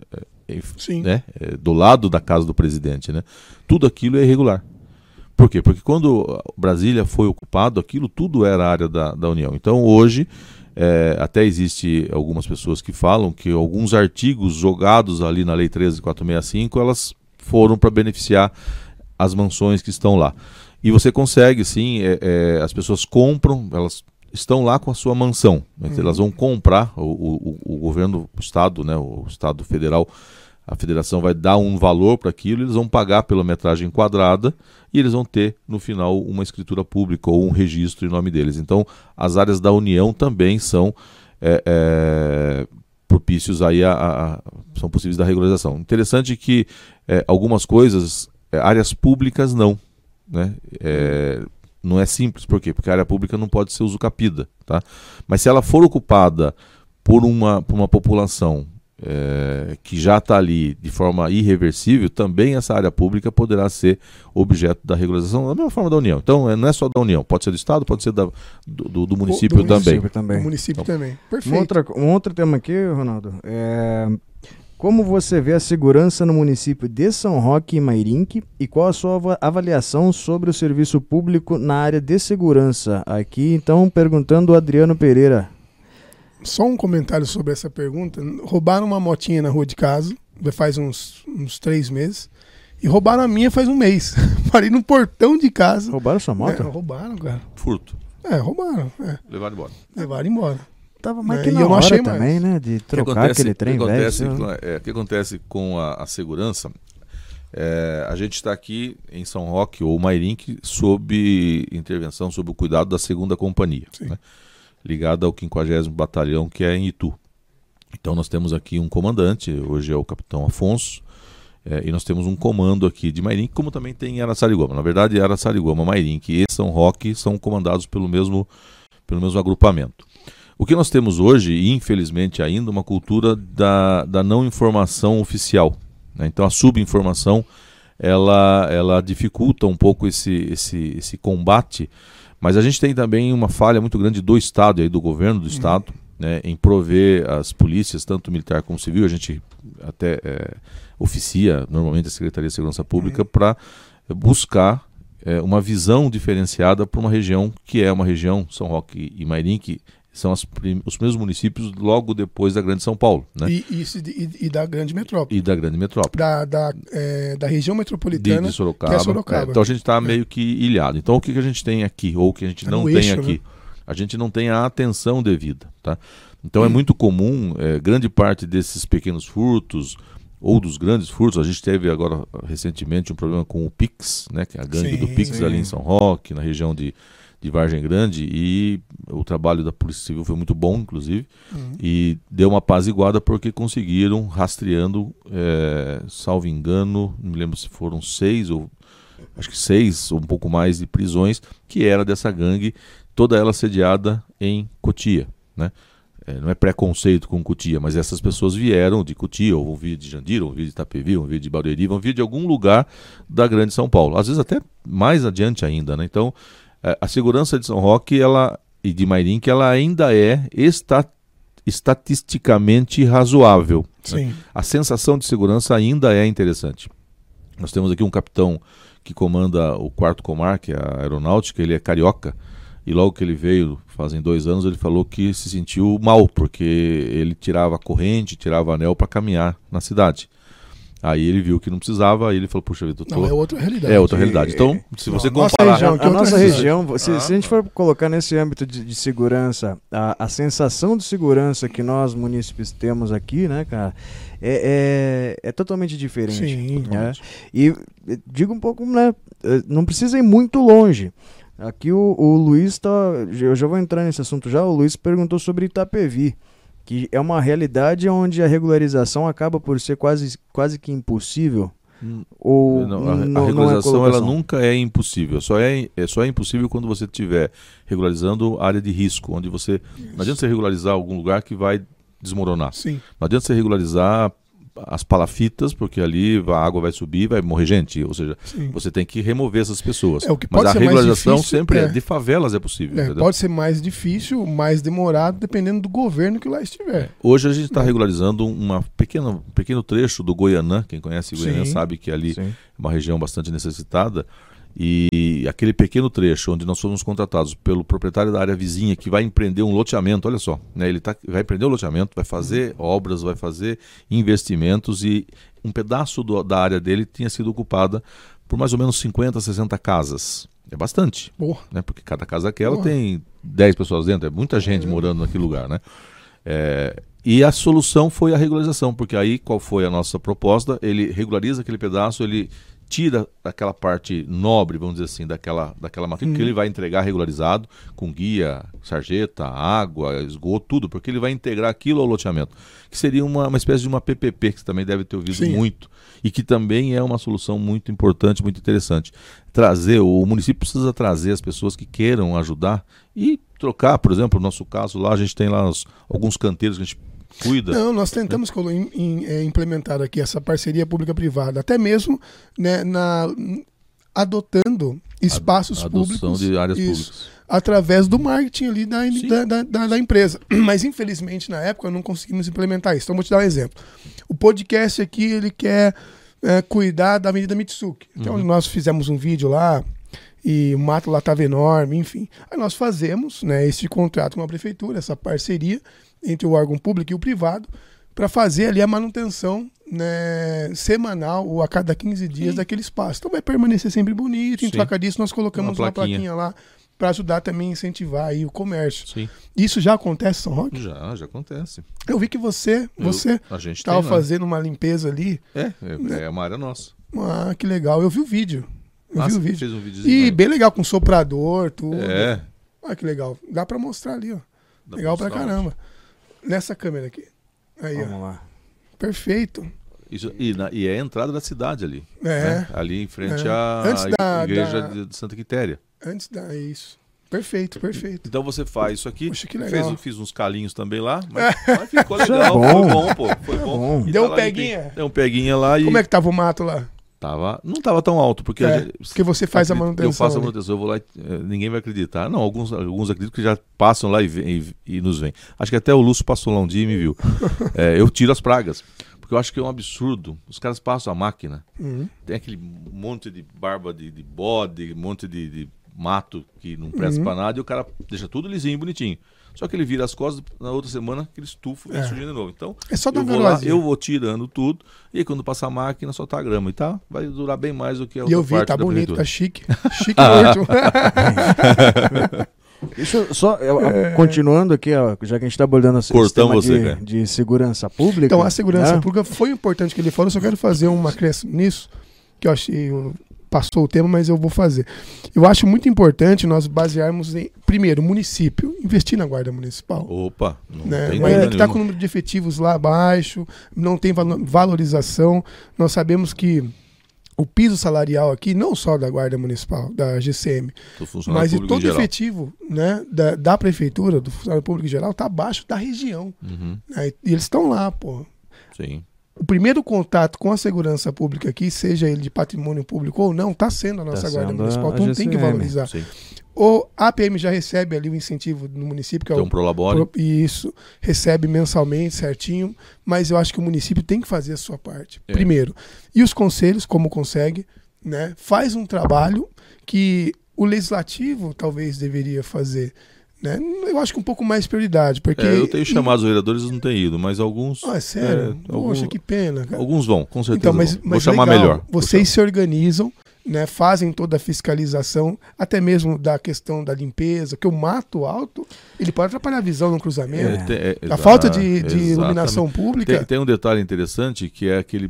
é, Sim. né, é, do lado da casa do presidente, né? Tudo aquilo é irregular. Por quê? Porque quando Brasília foi ocupado, aquilo tudo era área da, da União. Então, hoje, é, até existe algumas pessoas que falam que alguns artigos jogados ali na Lei treze mil quatrocentos e sessenta e cinco, elas foram para beneficiar as mansões que estão lá. E você consegue, sim, é, é, as pessoas compram, elas estão lá com a sua mansão. Uhum. Elas vão comprar, o, o, o governo, o Estado, né, o Estado Federal, a federação vai dar um valor para aquilo, eles vão pagar pela metragem quadrada e eles vão ter, no final, uma escritura pública ou um registro em nome deles. Então, as áreas da União também são é, é, propícios aí a, a, a, são possíveis da regularização. Interessante que é, algumas coisas, é, áreas públicas não, né? É, não é simples, por quê? Porque a área pública não pode ser usucapida, tá? Mas se ela for ocupada por uma, por uma população É, que já está ali de forma irreversível, também essa área pública poderá ser objeto da regularização da mesma forma da União. Então, é, não é só da União, pode ser do Estado, pode ser da, do, do, do município do também. município também. O município Então, também. Um, Perfeito. outra, um outro tema aqui, Ronaldo, é como você vê a segurança no município de São Roque e Mairinque e qual a sua ava- avaliação sobre o serviço público na área de segurança? Aqui, então, perguntando o Adriano Pereira. Só um comentário sobre essa pergunta. Roubaram uma motinha na rua de casa, já faz uns, uns três meses. E roubaram a minha faz um mês. Parei no portão de casa. Roubaram sua moto? É, roubaram, cara. Furto, É, roubaram. É, levar embora. levaram embora. Tava mais É, que e na eu não hora achei também, mais. né? De O que trocar acontece, aquele trem o que velho. acontece, sei lá. com- é, o que acontece com a, a segurança, é, a gente está aqui em São Roque ou Mairinque sob intervenção, sob o cuidado da segunda companhia, né? Ligada ao quinquagésimo Batalhão, que é em Itu. Então nós temos aqui um comandante, hoje é o capitão Afonso, é, e nós temos um comando aqui de Mairinque, como também tem em Araçariguama. Na verdade, Araçariguama, Mairinque e São Roque são comandados pelo mesmo, pelo mesmo agrupamento. O que nós temos hoje, e infelizmente ainda, uma cultura da, da não informação oficial, né? Então a subinformação, ela, ela dificulta um pouco esse, esse, esse combate, mas a gente tem também uma falha muito grande do Estado, aí, do governo do Estado, uhum. né, em prover as polícias, tanto militar como civil. A gente até é, oficia normalmente a Secretaria de Segurança Pública uhum. para buscar é, uma visão diferenciada para uma região que é uma região, São Roque e Mairinque, são as prim- os mesmos municípios logo depois da Grande São Paulo, né? E, isso, e, e da grande metrópole. E da Grande Metrópole. Da, da, é, da região metropolitana, de, de Sorocaba. que é Sorocaba. É, então a gente está é. meio que ilhado. Então o que, que a gente tem aqui, ou o que a gente é não tem eixo, aqui? Né? A gente não tem a atenção devida, tá? Então hum. é muito comum, é, grande parte desses pequenos furtos, ou dos grandes furtos, a gente teve agora recentemente um problema com o Pix, né? Que é a gangue sim, do Pix sim. ali em São Roque, na região de de Vargem Grande, e o trabalho da Polícia Civil foi muito bom, inclusive, uhum. e deu uma apaziguada porque conseguiram, rastreando, é, salvo engano, não me lembro se foram seis, ou acho que seis, ou um pouco mais de prisões, que era dessa gangue, toda ela sediada em Cotia, né? é, não é preconceito com Cotia, mas essas pessoas vieram de Cotia, ou vão vir de Jandira, ou vão vir de Itapevi, ou vão vir de Barueri, vão vir de algum lugar da grande São Paulo. Às vezes até mais adiante ainda, né? Então, é, a segurança de São Roque ela, e de Mairink, ela ainda é esta, estatisticamente razoável. Sim. Né? A sensação de segurança ainda é interessante. Nós temos aqui um capitão que comanda o quarto Comar, que é a aeronáutica, ele é carioca, e logo que ele veio, fazem dois anos, ele falou que se sentiu mal, porque ele tirava a corrente, tirava anel para caminhar na cidade. Aí ele viu que não precisava, aí ele falou, puxa vida, eu tô... Não, é outra realidade. É outra realidade. Então, se você Não, nossa comparar... região, A, a nossa realidade. região, se, Ah, se a gente for colocar nesse âmbito de, de segurança, a, a sensação de segurança que nós munícipes temos aqui, né, cara, é, é, é totalmente diferente. Sim. Né? E eh, digo um pouco, né, eh, não precisa ir muito longe. Aqui o, o Luiz tá, eu já vou entrar nesse assunto já, o Luiz perguntou sobre Itapevi, que é uma realidade onde a regularização acaba por ser quase, quase que impossível. Hum, Ou não, a, não, a regularização não é ela nunca é impossível, só é, é, só é impossível quando você estiver regularizando área de risco, onde você... Não adianta você regularizar algum lugar que vai desmoronar. Sim. Não adianta você regularizar as palafitas, porque ali a água vai subir, vai morrer gente. Ou seja, Sim. você tem que remover essas pessoas. É, o que Mas pode a ser mais regularização difícil, sempre é. é. de favelas é possível. É, entendeu? pode ser mais difícil, mais demorado, dependendo do governo que lá estiver. Hoje a gente está regularizando uma pequena, um pequeno trecho do Goianã. Quem conhece Goianã Sim. sabe que ali Sim. é uma região bastante necessitada. E aquele pequeno trecho onde nós fomos contratados pelo proprietário da área vizinha que vai empreender um loteamento, olha só, né, ele tá, vai empreender um loteamento, vai fazer obras, vai fazer investimentos, e um pedaço do, da área dele tinha sido ocupada por mais ou menos cinquenta, sessenta casas. É bastante, Porra. né, porque cada casa daquela Porra. tem dez pessoas dentro, é muita gente morando naquele lugar, né? É, e a solução foi a regularização, porque aí qual foi a nossa proposta? Ele regulariza aquele pedaço, ele tira aquela parte nobre, vamos dizer assim, daquela, daquela matrícula, Hum. que ele vai entregar regularizado, com guia, sarjeta, água, esgoto, tudo, porque ele vai integrar aquilo ao loteamento, que seria uma, uma espécie de uma P P P, que você também deve ter ouvido Sim. muito, e que também é uma solução muito importante, muito interessante. Trazer, o município precisa trazer as pessoas que queiram ajudar e trocar, por exemplo, no nosso caso lá, a gente tem lá os, alguns canteiros que a gente cuida. Não, nós tentamos colo- im- im- é, implementar aqui essa parceria pública-privada, até mesmo, né, na, adotando espaços A adoção públicos de áreas isso, públicas. através do marketing ali da, Sim. da, da, da- da empresa. Mas, infelizmente, na época, não conseguimos implementar isso. Então, vou te dar um exemplo. O podcast aqui, ele quer é, cuidar da Avenida Mitsuki. Então, Uhum. nós fizemos um vídeo lá, e o mato lá estava enorme, enfim. Aí nós fazemos, né, esse contrato com a prefeitura, essa parceria entre o órgão público e o privado, para fazer ali a manutenção, né, semanal ou a cada quinze dias Sim. daquele espaço. Então vai permanecer sempre bonito. Em Sim. troca disso, nós colocamos Uma uma plaquinha. plaquinha lá para ajudar também a incentivar aí o comércio. Sim, Isso já acontece, São Roque? já, já acontece. Eu vi que você, Eu- você a gente estava tem, né? fazendo uma limpeza ali. É, é, é uma área nossa. Ah, que legal. Eu vi o vídeo. Eu Ah, vi o você vídeo. fez um videozinho. E né? bem legal, com soprador, tudo. É. Ah, que legal. Dá pra mostrar ali, ó. Dá legal pra mostrar caramba. Nessa câmera aqui. Aí, ó. Vamos lá. Perfeito. Isso, e, na- e é a entrada da cidade ali. É. né? Ali em frente É. à Antes da- igreja da- de- de Santa Quitéria. Antes da isso. Perfeito, perfeito. Então você faz isso aqui. Poxa, que legal. Fez, fiz uns calinhos também lá, mas, mas ficou Isso é legal. bom. Foi bom, pô. Foi bom. bom. E Deu tá um lá peguinha? limpinho. Deu um peguinha lá e Como é que tava o mato lá? tava, não tava tão alto, porque, É, a gente, porque você faz a acredito- manutenção Eu faço a ali. manutenção, eu vou lá e eh, ninguém vai acreditar. Não, alguns, alguns acreditam que já passam lá e, vem- e, e nos vêm. Acho que até o Lúcio passou lá um dia e me viu. É, eu tiro as pragas. Porque eu acho que é um absurdo. Os caras passam a máquina, Uhum. tem aquele monte de barba de, de bode, um monte de, de mato que não presta Uhum. pra nada, e o cara deixa tudo lisinho, bonitinho. Só que ele vira as costas, na outra semana aquele estufo vem É. surgindo de novo. Então, É só dar eu uma vou lá, garoazinha. eu vou tirando tudo, e aí quando passar a máquina só tá a grama. E tá, vai durar bem mais do que a E outra eu vi, parte tá da bonito, prefeitura. tá chique. Chique muito. Deixa eu só, eu- eu- continuando aqui, ó, já que a gente está abordando esse Cortamos tema você, de, cara. de segurança pública. Então, a segurança né? pública foi importante que ele falou, só quero fazer um acréscimo nisso, que eu achei, eu- passou o tema, mas eu vou fazer. Eu acho muito importante nós basearmos em, primeiro, o município, investir na guarda municipal. Opa, não Né? tem Mas dúvida é que está com o nenhuma. número de efetivos lá abaixo, não tem valo- valorização. Nós sabemos que o piso salarial aqui, não só da Guarda Municipal, da G C M, mas de todo o efetivo, né, da, da Prefeitura, do funcionário público em geral, está abaixo da região. Uhum. Né? E eles estão lá, pô. Sim. O primeiro contato com a segurança pública aqui, seja ele de patrimônio público ou não, está sendo a nossa Tá Guarda sendo Municipal. a Então tem que G C M. valorizar. Sim. O A P M já recebe ali o incentivo no município, que é Tem o um Prolabore. Pro- Isso, recebe mensalmente, certinho, mas eu acho que o município tem que fazer a sua parte, É. primeiro. E os conselhos, como consegue, né, faz um trabalho que o legislativo talvez deveria fazer. Né? Eu acho que um pouco mais prioridade, porque... É, eu tenho chamado os vereadores, não tem ido, mas alguns... Ah, é sério? É, Poxa, alguns, que pena, cara. alguns vão, com certeza Então, mas, vão. mas Vou chamar legal, melhor. Vou Vocês chamar. se organizam, né, fazem toda a fiscalização, até mesmo da questão da limpeza, que o mato alto, ele pode atrapalhar a visão no cruzamento. É, tem- é, A exa- falta de, de exatamente. iluminação pública. Tem, tem um detalhe interessante que é aquele,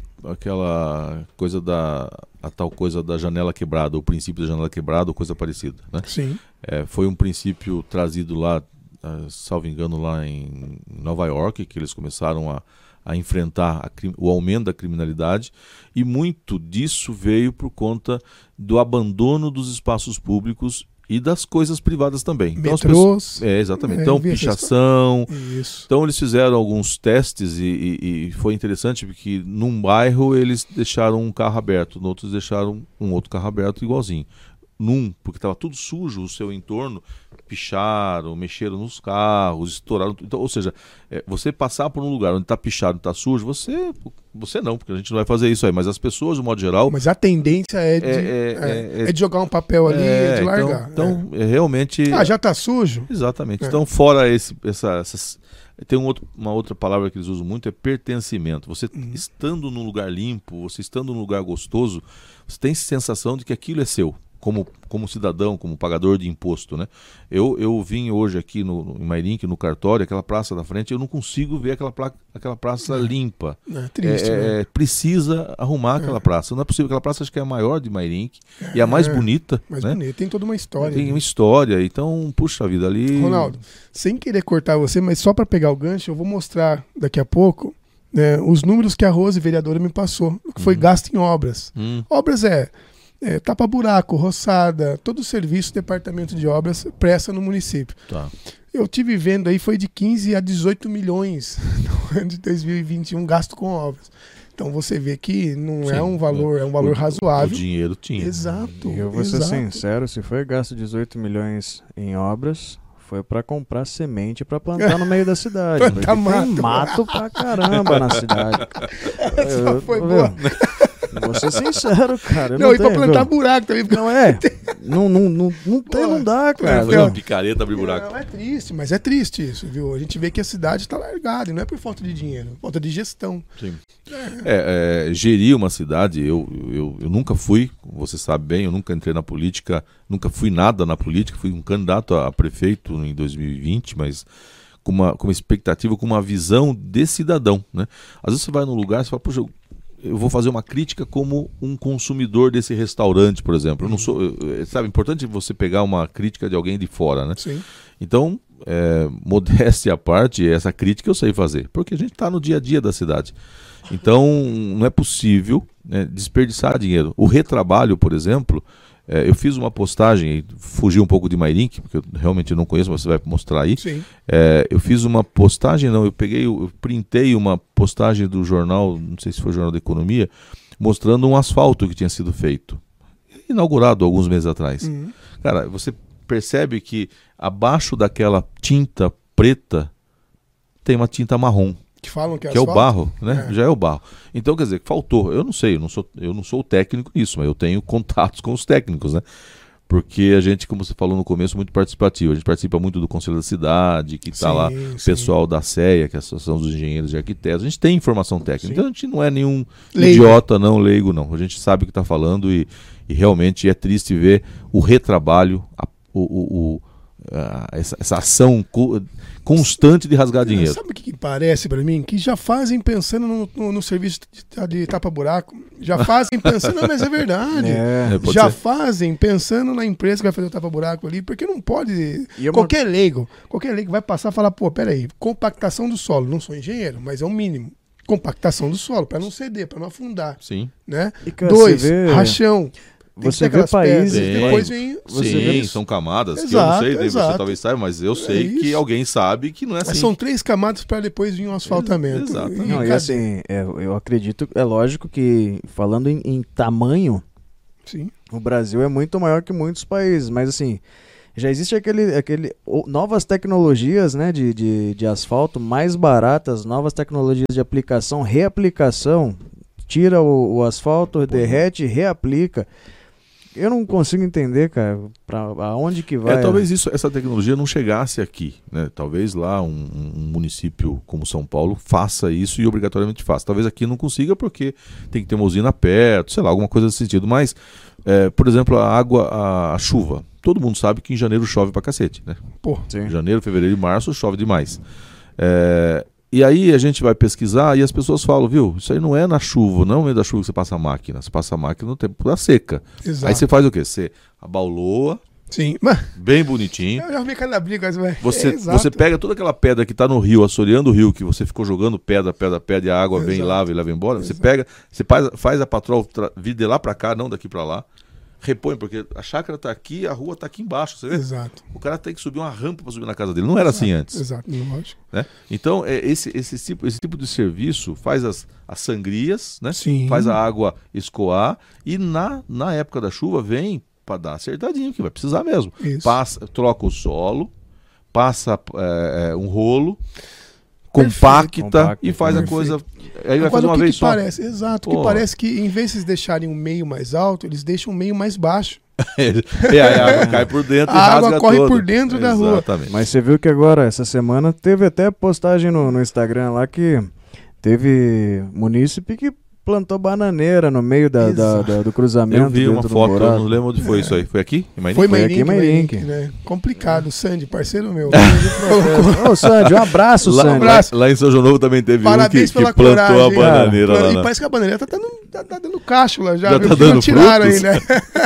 aquela coisa da a tal coisa da janela quebrada, o princípio da janela quebrada ou coisa parecida, né? Sim. É, foi um princípio trazido lá, uh, salvo engano, lá em Nova York, que eles começaram a, a enfrentar a crim- o aumento da criminalidade, e muito disso veio por conta do abandono dos espaços públicos e das coisas privadas também. Então, as Metrôs. pessoas- é, exatamente. É, Então, eu vi essa pichação. Isso. Então eles fizeram alguns testes e, e- e foi interessante porque num bairro eles deixaram um carro aberto, no outro eles deixaram um outro carro aberto igualzinho. Num, porque estava tudo sujo o seu entorno, picharam, mexeram nos carros, estouraram. Então, ou seja, é, você passar por um lugar onde está pichado e está sujo, você, você não, porque a gente não vai fazer isso aí, mas as pessoas, de modo geral... Mas a tendência é de, É- é, é- é- é de jogar um papel ali é, e de largar. Então, então, é, realmente... é. Ah, já tá sujo? Exatamente. É. Então, fora esse, essa, essas, tem um outro, uma outra palavra que eles usam muito, é pertencimento. Você Uhum. estando num lugar limpo, você estando num lugar gostoso, você tem sensação de que aquilo é seu, como, como cidadão, como pagador de imposto, né? Eu, eu vim hoje aqui no, no, em Mairink, no cartório, aquela praça da frente, eu não consigo ver aquela, placa, aquela praça limpa. É triste, É, né? é, precisa arrumar aquela praça. Não é possível. Aquela praça acho que é a maior de Mairink e a mais É, bonita, Mas né? bonito, tem toda uma história. Tem né? uma história, então, puxa vida, ali... Ronaldo, sem querer cortar você, mas só para pegar o gancho, eu vou mostrar daqui a pouco, né, os números que a Rose, vereadora, me passou, o que foi Uhum. gasto em obras. Hum, Obras é, é tapa-buraco, roçada, todo o serviço do departamento de obras presta no município. tá. Eu tive vendo aí, foi de quinze a dezoito milhões no ano de dois mil e vinte e um gasto com obras. Então você vê que não Sim, é um valor, é um valor O- razoável. O dinheiro tinha. Exato. E eu vou ser exato. sincero, se foi gasto dezoito milhões em obras, foi pra comprar semente pra plantar no meio da cidade. Plantar porque tem mato. mato pra caramba na cidade. Essa Eu- foi viu? boa. Vou ser sincero, cara. eu Não, Não, e pra tenho, plantar viu? buraco também. porque- Não é. Não, não, não, não tem, Porra. não dá, cara. Foi Não. uma picareta abrir buraco. Não, é triste, mas é triste isso, viu? A gente vê que a cidade está largada, e não é por falta de dinheiro, falta de gestão. Sim. É, é, gerir uma cidade, eu, eu, eu nunca fui, você sabe bem, eu nunca entrei na política, nunca fui nada na política, fui um candidato a prefeito em dois mil e vinte, mas com uma, com uma expectativa, com uma visão de cidadão, né? Às vezes você vai num lugar e fala, puxa, eu, eu vou fazer uma crítica como um consumidor desse restaurante, por exemplo. Eu não sou, eu- eu- sabe, é importante você pegar uma crítica de alguém de fora, né? Sim. Então, é, modéstia à parte, essa crítica eu sei fazer, porque a gente está no dia a dia da cidade. Então, não é possível, né, desperdiçar dinheiro. O retrabalho, por exemplo, é, eu fiz uma postagem, fugi um pouco de Mairink, porque eu realmente não conheço, mas você vai mostrar aí. Sim. É, eu fiz uma postagem, não, eu peguei, eu printei uma postagem do jornal, não sei se foi o Jornal da Economia, mostrando um asfalto que tinha sido feito, inaugurado alguns meses atrás. Uhum. Cara, você percebe que abaixo daquela tinta preta tem uma tinta marrom, Que falam que é que é o asfalto. barro, né? É. Já é o barro. Então, quer dizer, faltou. Eu não sei, eu não sou, eu não sou o técnico nisso, mas eu tenho contatos com os técnicos, né? Porque a gente, como você falou no começo, muito participativo. A gente participa muito do Conselho da Cidade, que está Sim, lá, sim. o pessoal da C E A, que é a Associação dos Engenheiros e Arquitetos. A gente tem informação técnica. Sim. Então a gente não é nenhum Leigo. idiota, não, leigo, não. A gente sabe o que está falando e, e realmente é triste ver o retrabalho, a, o, o, o, a, essa, essa ação co- constante de rasgar dinheiro. Sabe o que, que parece pra mim? Que já fazem pensando no, no- no serviço de, de tapa-buraco. Já fazem pensando, não, mas é verdade. É. É, pode Já ser. fazem pensando na empresa que vai fazer o tapa-buraco ali, porque não pode. E é uma- Qualquer leigo, qualquer leigo vai passar e falar, pô, peraí, compactação do solo. Não sou engenheiro, mas é o mínimo. compactação do solo, para não ceder, para não afundar. Sim. Né? E, cara, Dois, você vê- rachão. Tem que Você ter vê aquelas países- pedras, Tem. depois vem... Você Sim, vê- são camadas que eu Exato, não sei, daí exato. você talvez saiba, mas eu sei isso. que alguém sabe que não é assim. São três camadas para depois vir um asfaltamento. Exato. E Não, e cadê? assim, é, eu acredito, é lógico que falando em, em tamanho, Sim. o Brasil é muito maior que muitos países, mas assim, já existe aquele, aquele o- novas tecnologias, né, de, de, de asfalto mais baratas, novas tecnologias de aplicação, reaplicação, tira o, o asfalto, derrete, reaplica. Eu não consigo entender, cara, pra aonde que vai. É, talvez isso, essa tecnologia não chegasse aqui, né? Talvez lá um, um município como São Paulo faça isso e obrigatoriamente faça. Talvez aqui não consiga porque tem que ter uma usina perto, sei lá, alguma coisa desse sentido. Mas, é, por exemplo, a água, a, a chuva. Todo mundo sabe que em janeiro chove pra cacete, né? Pô, Sim. Janeiro, fevereiro e março chove demais. É, e aí a gente vai pesquisar e as pessoas falam, viu, isso aí não é na chuva, não é no meio da chuva que você passa a máquina, você passa a máquina no tempo da seca. exato. Aí você faz o quê? Você abauloa, Sim, mas bem bonitinho. eu já vi cada briga, mas Você, é exato. você pega toda aquela pedra que está no rio, assoreando o rio, que você ficou jogando pedra, pedra, pedra, e a água vem, Exato. lava e leva embora. Você Exato. pega, você faz, faz a patrol tra- vir de lá para cá, não daqui para lá. Repõe, porque a chácara está aqui, a rua está aqui embaixo, você vê? Exato. O cara tem que subir uma rampa para subir na casa dele. Não era assim antes. Exato, lógico. Né? Então, é, esse, esse, tipo, esse tipo de serviço faz as, as sangrias, né? Sim. Faz a água escoar e na, na época da chuva vem para dar acertadinho, que vai precisar mesmo. Isso. Passa, troca o solo, passa é, é, um rolo, Perfeito. compacta, Compacta, e faz a perfeito. coisa. Aí vai Agora, fazer o uma que vez que só. parece? Exato. O Pô. que parece que em vez de eles deixarem um meio mais alto, eles deixam um meio mais baixo. E aí a água cai por dentro A e água rasga corre toda. por dentro da rua. Exatamente. Mas você viu que agora, essa semana, teve até postagem no, no Instagram lá que teve munícipe que plantou bananeira no meio da, da- Exato. da- do cruzamento. Eu vi uma dentro do foto, eu buraco. não lembro onde foi isso aí. Foi aqui? Em Mairink? Foi Foi Mairink, aqui em Mairink, Mairink. né? Complicado. Sandy, parceiro meu. Ele Ô, Sandy, um abraço, Lá, Sandy. abraço. lá em São João Novo também teve Parabéns um que, pela que plantou coragem, a bananeira cara. lá. E na- parece que a bananeira tá dando, tá, tá dando cápsula já. Já viu? tá Que não dando tiraram frutos? ainda.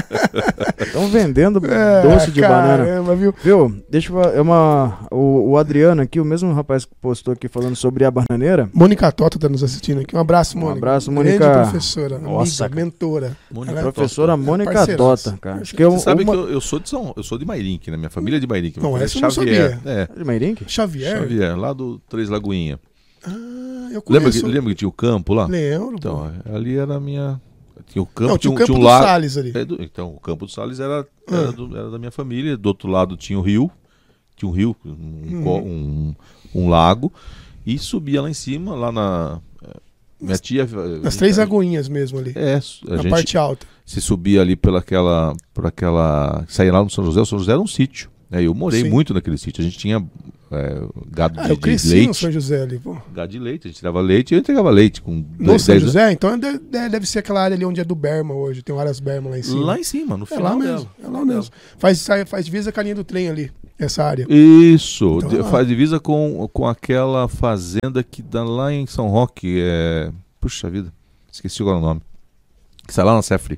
Estão vendendo É, doce de banana. caramba, viu? Viu? Deixa eu falar, é uma, o, o Adriano aqui, o mesmo rapaz que postou aqui falando sobre a bananeira. Mônica Tota tá nos assistindo aqui. Um abraço, Um Mônica. abraço, Grande Mônica. professora, Nossa, amiga, mentora. Mônica Ela é Tota. Professora Mônica parceiraça. Tota, cara. Acho que é Você sabe uma... que eu, eu sou de São, eu sou de Mairink, né? Minha família é de Mairink. Não, Meu pai essa é eu não Xavier. sabia. É, De Mairink? Xavier? Xavier, lá do Três Lagoinha. Ah, eu Lembra que, conheço. lembra que tinha o campo lá? Lembro. Então, ali era a minha. Tinha o campo, Não, tinha o um- campo um do lago. Salles ali. É, do- então, o campo do Salles era, era, Ah. do- era da minha família. Do outro lado tinha o rio. Tinha um rio, um, Uhum. co- um, um lago. E subia lá em cima, lá na. eh, Minha tia. Nas três aguinhas mesmo ali. É, a na gente parte alta. se subia ali pelaquela. Por aquela. Saía lá no São José. O São José era um sítio. Né? Eu morei Sim. muito naquele sítio. A gente tinha é, gado Ah, de, eu de cresci leite. no São José ali, pô. Gado de leite. A gente tirava leite e eu entregava leite com No dez São anos. José? Então deve, deve ser aquela área ali onde é do Berma hoje. Tem várias Berma lá em cima. Lá em cima, no É final lá dela. mesmo. É lá mesmo. Faz, sai- faz divisa com a linha do trem ali, essa área. Isso, Então, de- lá. faz divisa com, com aquela fazenda que dá lá em São Roque. É... Puxa vida, esqueci agora o nome. Que sai lá na Cefre.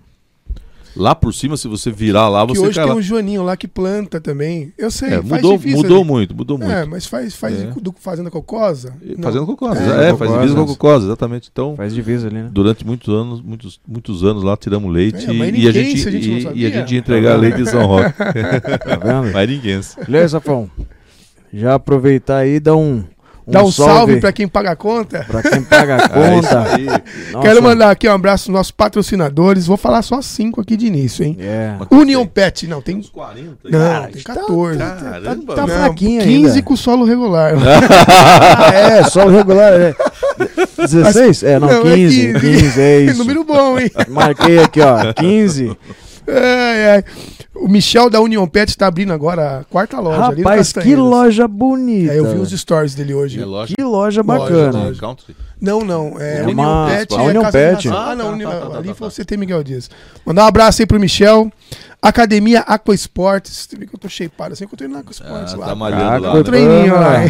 Lá por cima, se você virar lá, Que você hoje cai tem lá. um Joaninho lá que planta também. Eu sei, É, faz mudou divisa mudou ali. muito, mudou muito. É, mas faz, faz É. do Fazenda Cocosa? Não. Fazendo cocosa, É, é, faz Cocosa. divisa com cocosa, exatamente. Então, Faz divisa ali, né? durante muitos anos, muitos, muitos anos lá, tiramos leite É, e, mas e a ninguém, gente, se a gente não e- e, sabia. a gente ia entregar leite em São Roque. Tá vendo? Mas ninguém. Beleza, Safão? Já aproveitar aí e dar um, um Dá um salve, salve pra quem paga a conta. pra quem paga a É isso conta. aí. Nossa. Quero mandar aqui um abraço aos nossos patrocinadores. Vou falar só cinco aqui de início, hein? É. Union Pet, não, tem. Uns quarenta. Não, cara. tem quatorze. Caramba, tá velho. Não, fraquinho quinze ainda. com solo regular. Ah, é, só o regular. É. dezesseis? É, não, Não, é quinze. quinze. quinze, é isso. Número bom, hein? Marquei aqui, ó. quinze. Ai, ai. O Michel da Union Pet está abrindo agora a quarta loja ali no Rapaz, que Castanheiras. loja bonita. É, eu vi os stories dele hoje. É lógico. Que loja Loja, bacana. loja. Country. Não, não. É, É Union uma- Pet a é Union Casa Pet. de Ração. Ah, Ah, não. tá, Union- tá, tá, ali tá, foi o tá. C T Miguel Dias. Mandar um abraço aí pro Michel. Academia Aqua Esportes. Você vê que eu tô shapeado assim que eu tô indo na Aqua Esportes Ah, lá. tá malhando lá. Caco, Um treininho lá. Ah. hein?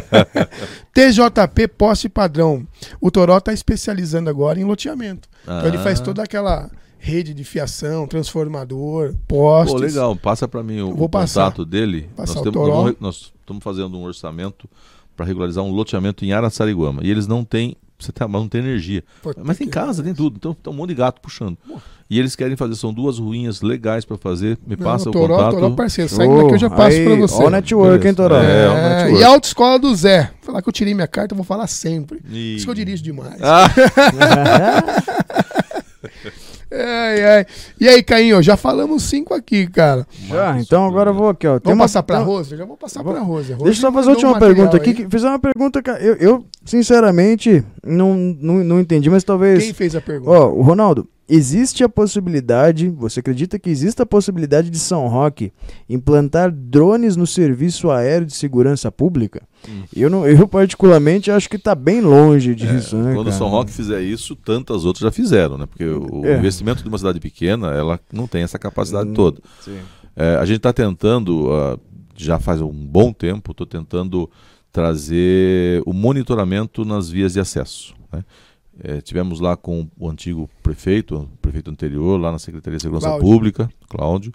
T J P Poste Padrão. O Toró tá especializando agora em loteamento. Então ele faz Ah. toda aquela rede de fiação, transformador, postes. Pô, legal, passa para mim o, Vou o passar. contato dele. Passar Nós, o temos, Toró. nós, vamos- nós estamos fazendo um orçamento para regularizar um loteamento em Araçariguama. E eles não têm você tá, mas não tem energia. Pô, Mas tem que- casa, tem tudo. Então tem um monte de gato puxando. E eles querem fazer, são duas ruinhas legais pra fazer. Me Não, passa o Toró, contato. Toró, parceiro, saindo daqui eu já passo aí, pra você. Ó o network, hein, Toró? É, ó o É, network. e a autoescola do Zé. Falar que eu tirei minha carta, eu vou falar sempre. E- Isso que eu dirijo demais. Ah, Ai, ai. E aí, Cainho, já falamos cinco aqui, cara. Já, então agora eu vou aqui, ó. Tem Vamos uma- passar pra tem- Rosa? Eu já vou passar Vou- pra Rosa. Rosa Deixa eu só fazer mandou a última um material pergunta aqui. aí. Que fizer uma pergunta, cara. Eu, eu, sinceramente, não, não, não entendi, mas talvez. Quem fez a pergunta? Ó, o Ronaldo, existe a possibilidade, você acredita que existe a possibilidade de São Roque implantar drones no serviço aéreo de segurança pública? Hum. Eu, não, eu particularmente acho que tá bem longe disso, né, quando o cara? São Roque fizer isso, tantas outras já fizeram, né? Porque o É. investimento de uma cidade pequena, ela não tem essa capacidade Hum, toda. Sim. É, a gente está tentando, ah, já faz um bom tempo, estou tentando trazer o monitoramento nas vias de acesso, né? É, tivemos lá com o antigo prefeito, o prefeito anterior, lá na Secretaria de Segurança Cláudio. Pública, Cláudio,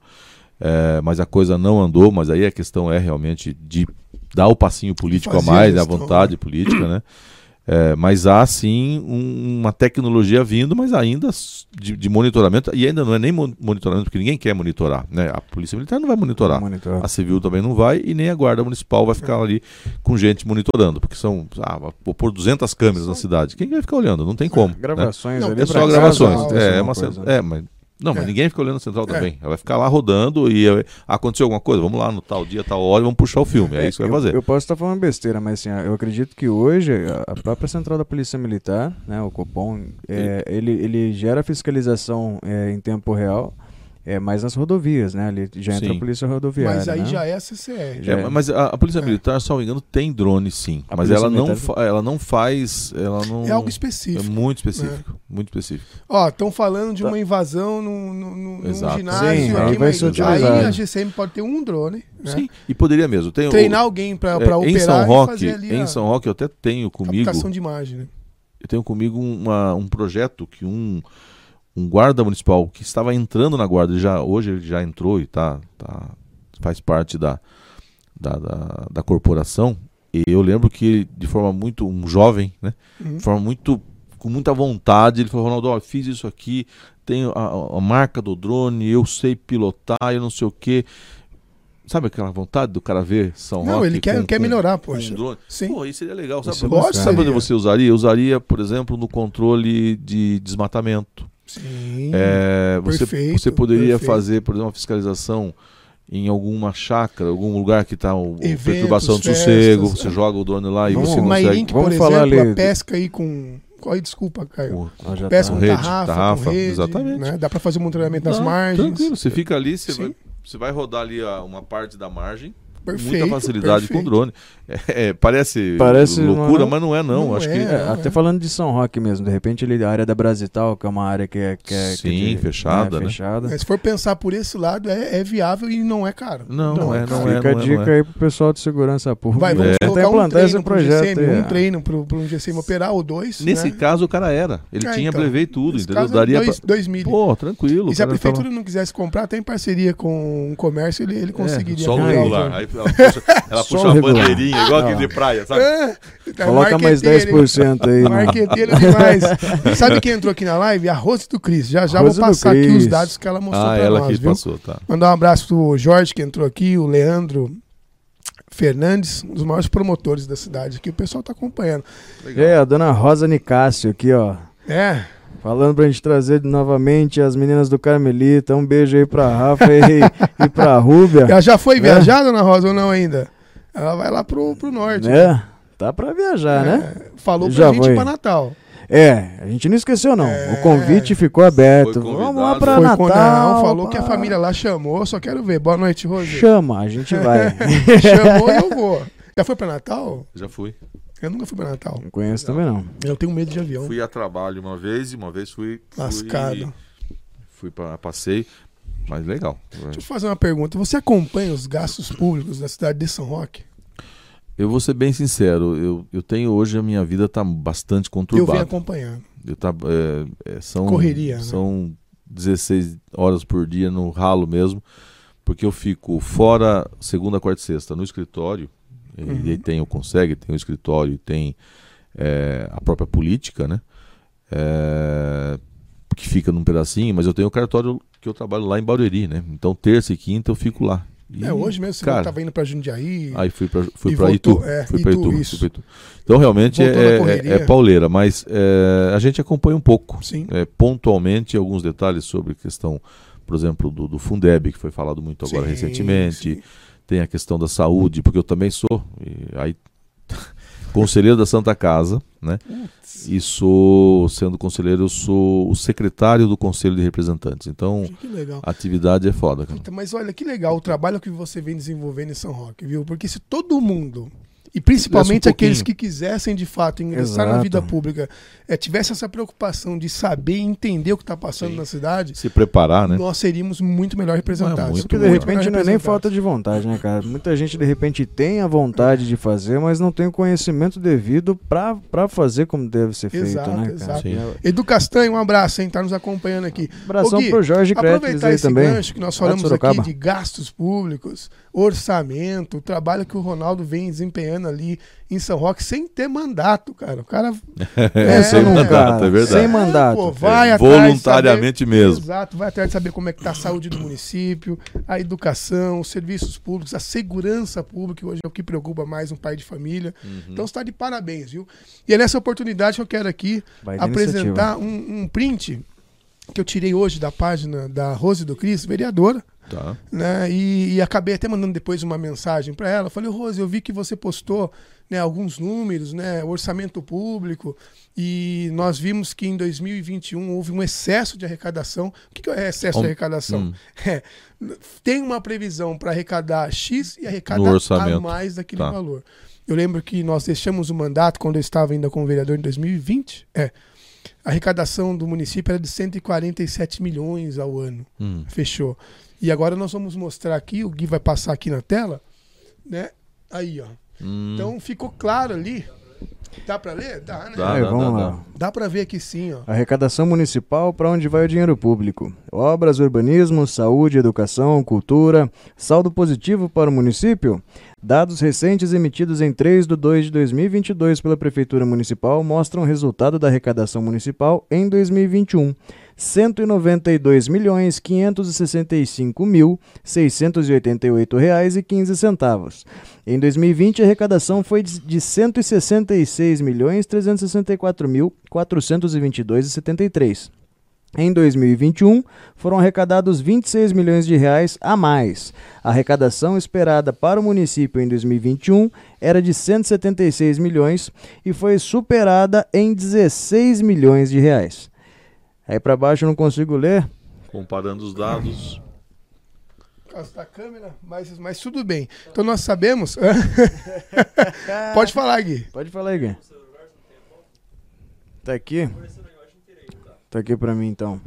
é, mas a coisa não andou, mas aí a questão é realmente de dar o passinho político a Fazer mais, a a gestão, vontade política, né? É, mas há sim um- uma tecnologia vindo, mas ainda s- de, de monitoramento, e ainda não é nem mon- monitoramento, porque ninguém quer monitorar, né? A Polícia Militar não vai monitorar, Monitor. a Civil também não vai, e nem a Guarda Municipal vai ficar ali com gente monitorando, porque são, ah, vou pôr duzentas câmeras na cidade, quem vai ficar olhando? Não tem como, né? Gravações Não, ali É pra só casa, gravações, alguma é, é, uma, coisa, cen- né? é, mas não, mas É. ninguém fica olhando a central É. também. Ela vai ficar lá rodando e eh, aconteceu alguma coisa, vamos lá no tal dia, tal hora, e vamos puxar o filme. É isso que vai eu, fazer. eu posso estar falando besteira, mas assim, eu acredito que hoje a a própria central da Polícia Militar, né, o Copom, é, ele, ele gera fiscalização é, em tempo real, é, mais nas rodovias, né? Ali já entra Sim. a Polícia Rodoviária. Mas aí né? já é a C C R. Já É, é. mas a, a Polícia É. Militar, se não me engano, tem drone sim. A mas Polícia ela não, Militar- fa- ela não faz. Ela não, É algo É específico. muito específico. Muito específico. Ó, estão falando de Tá. uma invasão no, no, no, num Exato. ginásio. Sim, aqui, aí vai mas ser aí utilizado. a G C M pode ter um drone, né? Sim, e poderia mesmo. Tem o- Treinar alguém pra, é, pra em operar São e Roque, fazer ali em a São Roque eu até tenho comigo. captação de imagem, né? Eu tenho comigo uma- um projeto que um, um guarda municipal que estava entrando na guarda, ele já, hoje ele já entrou e tá, tá, faz parte da, da, da, da corporação. E eu lembro que de forma muito, um jovem, né? Uhum. De forma muito, com muita vontade, ele falou: Ronaldo, ó, fiz isso aqui, tenho a, a marca do drone, eu sei pilotar, eu não sei o quê. Sabe aquela vontade do cara ver São Roque? Não, ele quer, com- quer com- melhorar, com poxa. um drone? Sim. Pô, isso seria legal. Sabe, Isso é Lógico, sabe onde seria. você usaria? Eu usaria, por exemplo, no controle de desmatamento. Sim. É, você, perfeito, você poderia perfeito. fazer, por exemplo, uma fiscalização em alguma chácara, algum lugar que está Eventos, perturbação de festas, sossego, é. você joga o drone lá e Vamos- você O consegue Mairink, por Vamos falar exemplo, ali- a pesca aí com... Corre, desculpa, Caio. com, Ó, já Pesca tá. com rede, tarrafa, tarrafa, com rede, exatamente. né? Dá pra fazer o monitoramento nas Dá, margens. Tranquilo, você fica ali, você Sim. vai, você vai rodar ali a- uma parte da margem. Perfeito, Muita facilidade perfeito. com drone. É, é, parece, Parece loucura, uma- mas não é não. Não Acho é. que É, Não, até é. falando de São Roque mesmo, de repente ele, a área da Brasital, que é uma área que é, que é, que é Sim, de- fechada, né? fechada. Mas se for pensar por esse lado, é, é viável e não é caro. Não, não, é, não cara. é. Fica não a é, dica não é. aí pro pessoal de segurança pública. Vai, vamos É. Tentar colocar um implantar esse treino pro projeto G C M, aí, um é. treino pro, pro G C M operar, ou dois. Nesse né? caso o cara era. Ele É, tinha então, brevei tudo, Nesse entendeu? caso, Daria dois, pra... dois mil. Pô, tranquilo. E se a o cara prefeitura tava- não quisesse comprar, até em parceria com o comércio, ele, ele conseguiria. É, só o comprar regular. o- Aí ela puxa, ela Só puxa o a regular. bandeirinha, igual Não. aquele de praia, sabe? É, tá Coloca mais dez por cento aí. né? Marqueteiro demais. Sabe quem entrou aqui na live? A Rose do Cris. Já já Rose vou do passar aqui Cris. os dados que ela mostrou Ah, pra ela nós, que viu? passou, tá. Mandar um abraço pro Jorge, que entrou aqui, o Leandro Fernandes, um dos maiores promotores da cidade aqui. O pessoal tá acompanhando. E aí, a dona Rosa Nicásio aqui, ó. É, Falando pra gente trazer novamente as meninas do Carmelita. Um beijo aí pra Rafa e, e pra Rúbia. ela já foi É. viajar, dona Rosa, ou não ainda? Ela vai lá pro, pro norte. Né? Tá pra viajar, né? É, falou pra Já gente foi. ir pra Natal. É, a gente não esqueceu não. É. O convite ficou aberto. Foi Vamos lá convidado. pra Foi Natal. com não, falou que a pá. família lá chamou, só quero ver. Boa noite, Rose. Chama, a gente vai. Chamou e eu vou. Já foi pra Natal? Já fui. Eu nunca fui pra Natal. Não conheço também não. Eu tenho medo de avião. Fui a trabalho uma vez e uma vez fui. fui- Lascado. Fui pra passeio, mas legal. Deixa eu te fazer uma pergunta. Você acompanha os gastos públicos da cidade de São Roque? Eu vou ser bem sincero, eu, eu tenho hoje, a minha vida tá bastante Eu conturbada. venho acompanhando. Eu tá, é, é, são, Correria, né? São dezesseis horas por dia no ralo mesmo, porque eu fico fora segunda, quarta e sexta no escritório, Uhum. e aí tem o Consegue, tem o escritório, tem é, a própria política, né? É, que fica num pedacinho, mas eu tenho o cartório que eu trabalho lá em Barueri, né? Então terça e quinta eu fico lá. E, é, hoje mesmo você cara, estava indo para Jundiaí. Aí fui para fui e para voltou, Itu, é, fui para Itu, Itu, isso. fui pra Itu. Então realmente é, é, é pauleira, mas é, a gente acompanha um pouco, Sim. É, pontualmente alguns detalhes sobre a questão, por exemplo, do, do Fundeb, que foi falado muito agora sim, recentemente. Sim. Tem a questão da saúde, porque eu também sou e aí conselheiro da Santa Casa, né? Putz. E sou, sendo conselheiro, eu sou o secretário do Conselho de Representantes. Então, que legal. a atividade é foda, cara. Então, mas olha, que legal o trabalho que você vem desenvolvendo em São Roque, viu? Porque se todo mundo, e principalmente um aqueles que quisessem de fato ingressar Exato. na vida pública, é, tivesse essa preocupação de saber e entender o que está passando Sim. na cidade, Se preparar, né? nós seríamos muito melhor representados. muito Porque de Muito repente melhor não é nem representados. falta de vontade, né, cara? Muita gente de repente tem a vontade de fazer, mas não tem o conhecimento devido pra, pra fazer como deve ser feito, Exato, né, cara? exato. Sim. Edu Castanho, um abraço, hein? Tá nos acompanhando aqui. Abração Ô, Gui, pro Jorge Crétilis aproveitar aí esse também. gancho que nós lá de falamos aqui Sorocaba. de gastos públicos, orçamento, o trabalho que o Ronaldo vem desempenhando ali em São Roque sem ter mandato, cara. O cara É, sem não, mandato, cara, é verdade. Sem mandato. Pô, vai É, atrás de voluntariamente saber- mesmo. Exato, vai atrás de saber como é que tá a saúde do município, a educação, os serviços públicos, a segurança pública, que hoje é o que preocupa mais um pai de família. Uhum. Então você tá de parabéns, viu? E é nessa oportunidade que eu quero aqui Vai de apresentar um, um print que eu tirei hoje da página da Rose do Cris, vereadora, Tá. né? E, e acabei até mandando depois uma mensagem para ela. Falei, Rose, eu vi que você postou, né, alguns números, né, orçamento público, e nós vimos que em dois mil e vinte e um houve um excesso de arrecadação. O que, que é excesso Um- de arrecadação? hum. É, tem uma previsão para arrecadar X e No arrecadar orçamento. a mais daquele Tá. valor. Eu lembro que nós deixamos o mandato quando eu estava ainda como vereador em dois mil e vinte. É, a arrecadação do município era de cento e quarenta e sete milhões ao ano. Hum. Fechou. E agora nós vamos mostrar aqui, o Gui vai passar aqui na tela, né? Aí, ó. Hum. Então ficou claro ali. Dá pra ler? Dá, né? Dá. Aí, vamos dá, lá. dá. Dá pra ver aqui sim, ó. Arrecadação municipal, para onde vai o dinheiro público? Obras, urbanismo, saúde, educação, cultura. Saldo positivo para o município? Dados recentes emitidos em três de dois de dois mil e vinte e dois pela Prefeitura Municipal mostram o resultado da arrecadação municipal em dois mil e vinte e um. cento e noventa e dois milhões, quinhentos e sessenta e cinco mil, seiscentos e oitenta e oito reais e quinze centavos. Em dois mil e vinte, a arrecadação foi de de cento e sessenta e seis milhões, trezentos e sessenta e quatro mil, quatrocentos e vinte e dois reais e setenta e três centavos. Em dois mil e vinte e um, foram arrecadados vinte e seis milhões de reais a mais. A arrecadação esperada para o município em dois mil e vinte e um era de cento e setenta e seis milhões e foi superada em dezesseis milhões de reais. Aí para baixo eu não consigo ler. Comparando os dados. Por causa da câmera, mas, mas tudo bem. Então nós sabemos. Pode falar, Gui. Pode falar aí, Gui. Tá aqui? Tá aqui pra mim, então.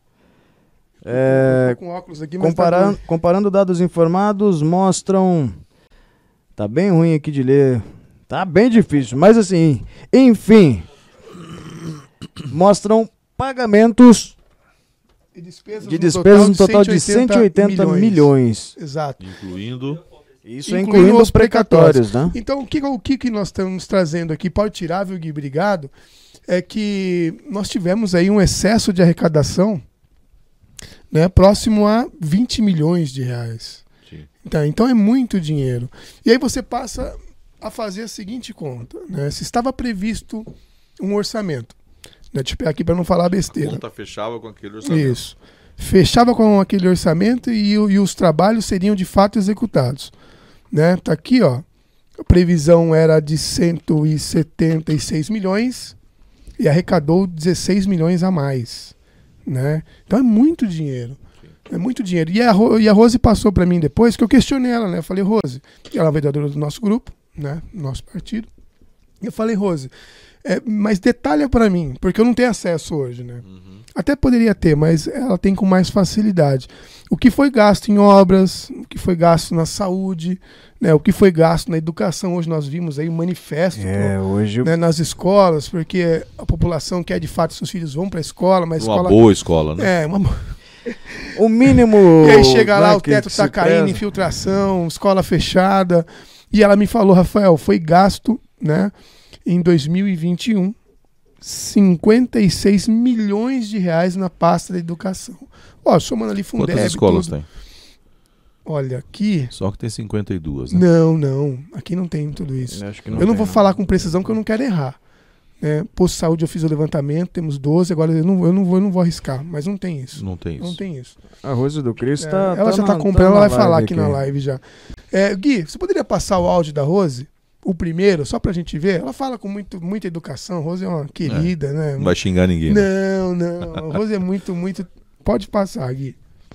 É, Tô com óculos aqui, mas comparando, tá comparando dados informados, mostram... Tá bem ruim aqui de ler. Tá bem difícil, mas assim, enfim. Mostram pagamentos E despesas de despesas no total de cento e oitenta milhões. Exato. Incluindo. Isso Incluindo incluindo os os precatórios, né? Então, o que, o que que nós estamos trazendo aqui, pode tirar, viu, Gui, obrigado, é que nós tivemos aí um excesso de arrecadação, né, próximo a vinte milhões de reais. Sim. Tá, então é muito dinheiro. E aí você passa a fazer a seguinte conta, né? Se estava previsto um orçamento, né, deixa eu pegar aqui para não falar A besteira. conta fechava com aquele orçamento. Isso. Fechava com aquele orçamento e, o- e os trabalhos seriam de fato executados. Né? Tá aqui, ó. A previsão era de cento e setenta e seis milhões e arrecadou dezesseis milhões a mais. Né? Então é muito dinheiro. É muito dinheiro. E a, Ro- e a Rose passou para mim depois, que eu questionei ela, né? Eu falei, Rose, ela é a vereadora do nosso grupo, né? Nosso partido. Eu falei, Rose, é, mas detalha para mim, porque eu não tenho acesso hoje, né? Uhum. Até poderia ter, mas ela tem com mais facilidade. O que foi gasto em obras, o que foi gasto na saúde, né, o que foi gasto na educação. Hoje nós vimos aí um manifesto É, hoje... né, nas escolas, porque a população quer de fato que seus filhos vão para a escola, mas a Uma escola... boa escola, né? É, uma bo- O mínimo... E aí chega lá, né, o que teto se tá caindo, preza. infiltração, escola fechada. E ela me falou, Rafael, foi gasto, né? em dois mil e vinte e um, cinquenta e seis milhões de reais na pasta da educação. Ó, somando ali Fundeb... Quantas escolas tudo. tem? Olha, aqui... Só que tem cinquenta e duas, né? Não, não. Aqui não tem tudo isso. Eu acho que Eu não, tem, vou falar com precisão porque eu não quero errar. É, posto de saúde eu fiz o levantamento, temos doze, agora eu não, eu não, vou, eu não vou arriscar, mas não tem isso. Não tem isso. Não tem isso. A Rose do Cristo É, tá, ela tá já na, tá comprando, tá ela vai na falar live aqui na live já. É, Gui, você poderia passar o áudio da Rose? O primeiro, só pra gente ver? Ela fala com muito, muita educação. A Rose é uma querida, é. né? Não vai xingar ninguém. Né? Não, não. A Rose é muito, muito... Pode passar, Gui.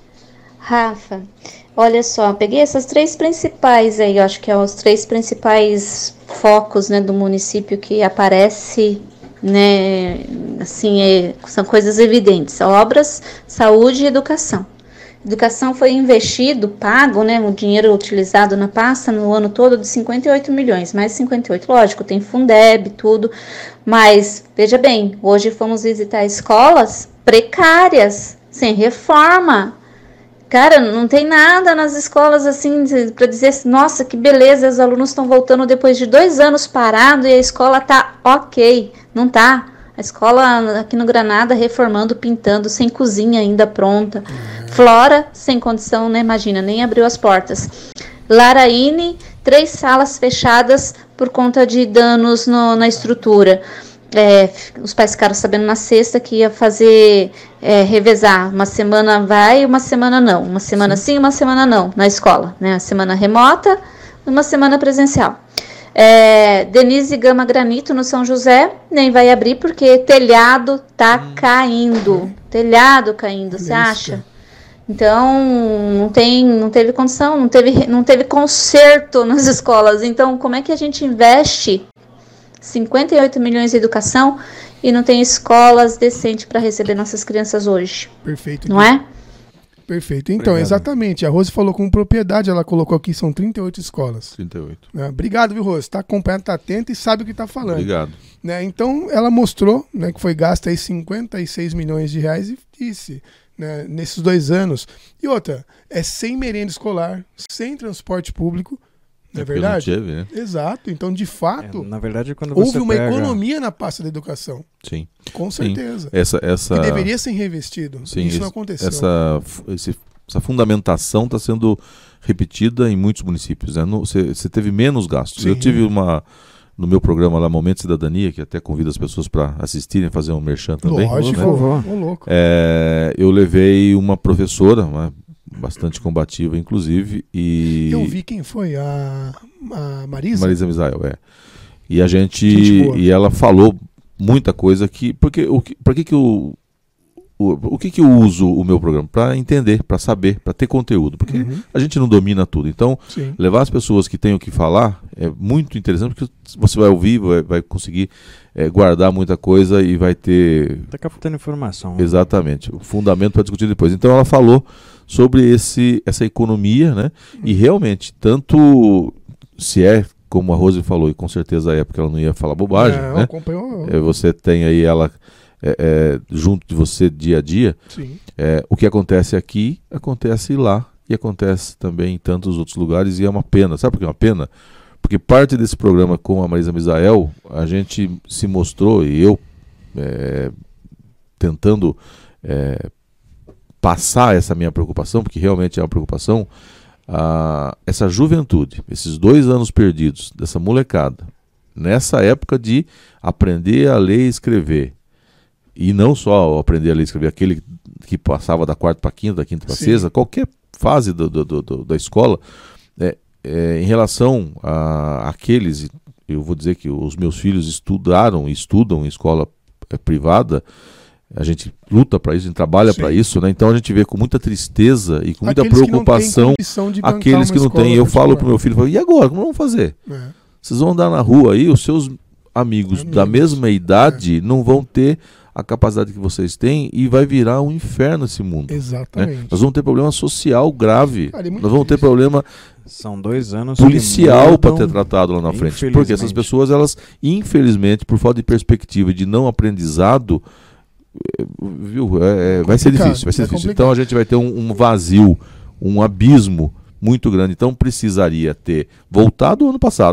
Rafa, olha só, peguei essas três principais aí, eu acho que são os três principais focos, né, do município que aparece, né, assim, é, são coisas evidentes: obras, saúde e educação. Educação foi investido, pago, né, o dinheiro utilizado na pasta no ano todo de cinquenta e oito milhões, mais cinquenta e oito, lógico, tem Fundeb, tudo, mas, veja bem, hoje fomos visitar escolas precárias, sem reforma. Cara, não tem nada nas escolas assim para dizer, nossa, que beleza, os alunos estão voltando depois de dois anos parado e a escola tá ok. Não tá. A escola aqui no Granada reformando, pintando, sem cozinha ainda pronta. Flora, sem condição, né? Imagina, nem abriu as portas. Laraine, três salas fechadas por conta de danos no, na estrutura. É, os pais ficaram sabendo na sexta que ia fazer, é, revezar, uma semana vai, uma semana não, uma semana sim, sim uma semana não, na escola, né? Uma semana remota, uma semana presencial. É, Denise Gama Granito no São José nem vai abrir porque telhado tá hum. caindo, telhado caindo, você acha? Então não tem, não teve condição, não teve, não teve conserto nas escolas. Então como é que a gente investe cinquenta e oito milhões em educação e não tem escolas decentes para receber nossas crianças hoje? Perfeito. Não é? Perfeito. Então, Obrigado. Exatamente. A Rose falou com propriedade, ela colocou aqui, são trinta e oito escolas. trinta e oito. É, obrigado, viu, Rose? Está acompanhando, está atenta e sabe o que está falando. Obrigado. Né? Então, ela mostrou, né, que foi gasto aí cinquenta e seis milhões de reais e disse, né, nesses dois anos. E outra, é sem merenda escolar, sem transporte público. Não é, é verdade? Não teve, né? Exato. Então, de fato, é, na verdade, quando houve você uma pega... economia na pasta da educação. Sim. Com certeza. Sim. Essa, essa... Que deveria ser reinvestido. Sim, Isso esse, não aconteceu. Essa, esse, essa fundamentação está sendo repetida em muitos municípios. Né? Você teve menos gastos. Sim. Eu tive uma... No meu programa lá, Momento Cidadania, que até convido as pessoas para assistirem, fazer um merchan também. Lógico, né? oh, louco. É, eu levei uma professora, uma, bastante combativa, inclusive, e... Eu vi quem foi, a, a Marisa? Marisa Misael, é. E a gente... gente e ela falou muita coisa que... Porque, o que, pra que que o... O, o que, que eu uso o meu programa? Para entender, para saber, para ter conteúdo. Porque uhum. a gente não domina tudo. Então, Sim. levar as pessoas que têm o que falar é muito interessante, porque você vai ouvir, vai, vai conseguir é, guardar muita coisa e vai ter... Está captando informação. Exatamente. O fundamento para discutir depois. Então, ela falou sobre esse, essa economia, né? Uhum. E realmente, tanto se é, como a Rose falou, e com certeza é porque ela não ia falar bobagem, é, né? Acompanhou. É, você tem aí ela... É, é, junto de você dia a dia, é, o que acontece aqui acontece lá e acontece também em tantos outros lugares, e é uma pena. Sabe por que é uma pena? Porque parte desse programa com a Marisa Misael, a gente se mostrou, e eu é, tentando é, passar essa minha preocupação, porque realmente é uma preocupação, a, essa juventude, esses dois anos perdidos dessa molecada, nessa época de aprender a ler e escrever. E não só aprender a ler e escrever, aquele que passava da quarta para a quinta, da quinta para a sexta, qualquer fase do, do, do, da escola, é, é, em relação a aqueles, eu vou dizer que os meus filhos estudaram e estudam em escola é, privada, a gente luta para isso, a gente trabalha para isso, né? Então a gente vê com muita tristeza e com muita aqueles preocupação que aqueles que não têm. Eu falo para o meu filho, falo, e agora, como vamos fazer? É. Vocês vão andar na rua aí, os seus amigos, amigos. da mesma idade é. não vão ter a capacidade que vocês têm e vai virar um inferno esse mundo. Exatamente. Né? Nós vamos ter problema social grave. Cara, é Nós vamos ter triste. problema São dois anos policial para ter tratado lá na frente. Porque essas pessoas, elas, infelizmente, por falta de perspectiva e de não aprendizado, viu, é, é, vai ser difícil. Vai ser é difícil. Então a gente vai ter um, um vazio, um abismo muito grande. Então precisaria ter voltado o ano passado,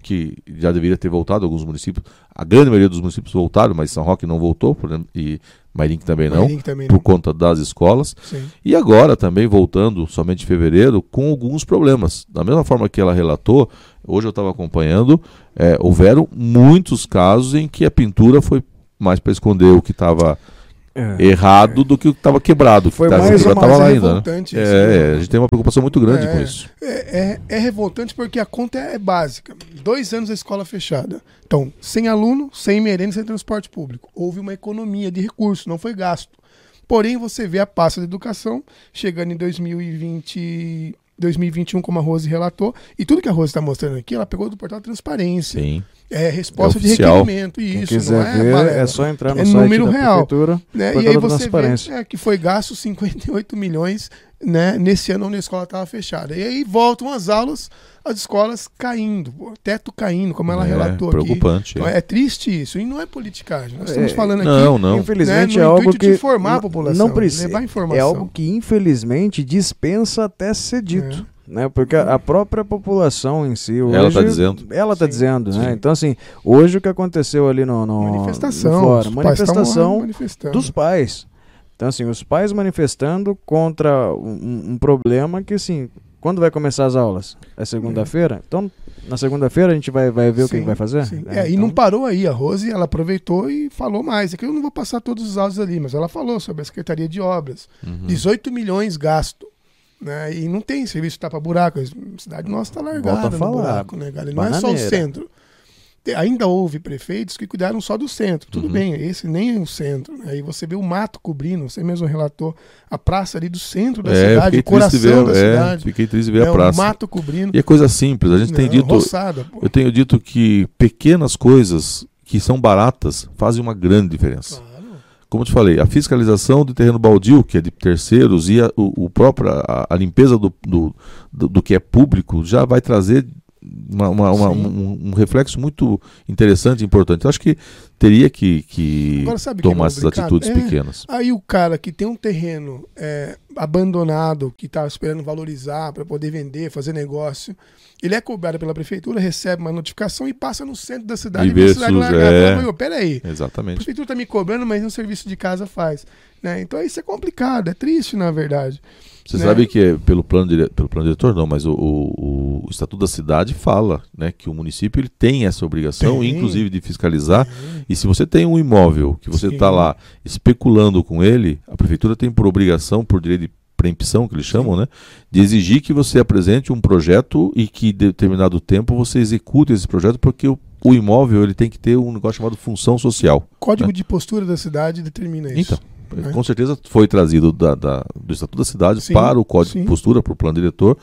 que já deveria ter voltado, alguns municípios, a grande maioria dos municípios voltaram, mas São Roque não voltou, por exemplo, e Mairink também não, Mairink também por não. conta das escolas. Sim. E agora também voltando, somente em fevereiro, com alguns problemas. Da mesma forma que ela relatou, hoje eu estava acompanhando, é, houveram muitos casos em que a pintura foi mais para esconder o que estava É. errado do que o que estava quebrado. Foi que mais a pintura uma- estava mas lá é ainda. Né? revoltante isso, É, né? a gente tem uma preocupação muito grande É. com isso. É, é, é revoltante porque a conta é básica. Dois anos a escola fechada. Então, sem aluno, sem merenda, sem transporte público. Houve uma economia de recursos, não foi gasto. Porém, você vê a pasta de educação chegando em dois mil e vinte, dois mil e vinte e um, como a Rose relatou, e tudo que a Rose está mostrando aqui, ela pegou do portal Transparência. Sim. É resposta É de oficial. requerimento, Quem isso, quiser não é ver, balela. é só entrar no É site número da real. prefeitura, Né? por E aí causa da você vê transparência. é, que foi gasto cinquenta e oito milhões, né, nesse ano onde a escola estava fechada. E aí voltam as aulas, as escolas caindo, pô, teto caindo, como ela É, relatou preocupante, aqui. Então, é. é triste isso, e não é politicagem. Nós É, estamos falando aqui, Não, não. Infelizmente né, é no algo intuito que de informar a n- população, não precisa. levar informação. É algo que infelizmente dispensa até ser dito, né? Porque a a própria população em si hoje, Ela tá dizendo. ela tá Sim, dizendo, né? sim. Então assim, hoje o que aconteceu ali no, no Manifestação, no Fora, os pais estavam lá manifestação manifestando. dos pais. Então assim, os pais manifestando contra um, um problema que assim, quando vai começar as aulas? É segunda-feira? Então, na segunda-feira a gente vai, vai ver o que Sim, que vai fazer? sim. né? É, E Então, não parou aí, a Rose, ela aproveitou e falou mais. É que eu não vou passar todos os áudios ali, mas ela falou sobre a Secretaria de Obras. Uhum. dezoito milhões gasto. Né? E não tem serviço tapa-buraco. A cidade nossa está largada Volta a no falar, buraco, né, galera? Não é só o bananeira. centro. Te- Ainda houve prefeitos que cuidaram só do centro. Tudo Uhum. bem, esse nem é o centro. Né? Aí você vê o mato cobrindo, você mesmo relatou, a praça ali do centro da É, cidade, fiquei o coração triste de ver, da é, cidade. fiquei triste de ver É, a o praça. mato cobrindo. E é coisa simples, a gente tem Não, dito, roçada, pô. eu tenho dito que pequenas coisas que são baratas fazem uma grande diferença. Claro. Como eu te falei, a fiscalização de terreno baldio, que é de terceiros, e a, o, o próprio, a, a limpeza do, do, do, do que é público já vai trazer uma, uma, uma, Sim. um, um reflexo muito interessante e importante. Eu acho que teria que, que Agora, sabe o que é tomar essas complicado? atitudes É. pequenas. Aí o cara que tem um terreno é, abandonado, que está esperando valorizar para poder vender, fazer negócio, ele é cobrado pela prefeitura, recebe uma notificação e passa no centro da cidade E e vê vê a cidade sujo, largada. é. Fala, "Meu, peraí, a Exatamente. prefeitura está me cobrando, mas no serviço de casa faz." Né? Então isso é complicado, é triste na verdade. Você né? sabe que é pelo plano, dire... pelo plano diretor não, mas o, o, o Estatuto da Cidade fala, né, que o município ele tem essa obrigação, Tem. inclusive de fiscalizar. E se você tem um imóvel que você Sim. está lá especulando com ele, a prefeitura tem por obrigação, por direito de preempção, que eles chamam, né, de exigir que você apresente um projeto e que em determinado tempo você execute esse projeto, porque o, o imóvel ele tem que ter um negócio chamado função social. Código né? de postura da cidade determina isso. Então, né? com certeza foi trazido da, da- do Estatuto da Cidade Sim, para o Código sim. de Postura, para o plano diretor.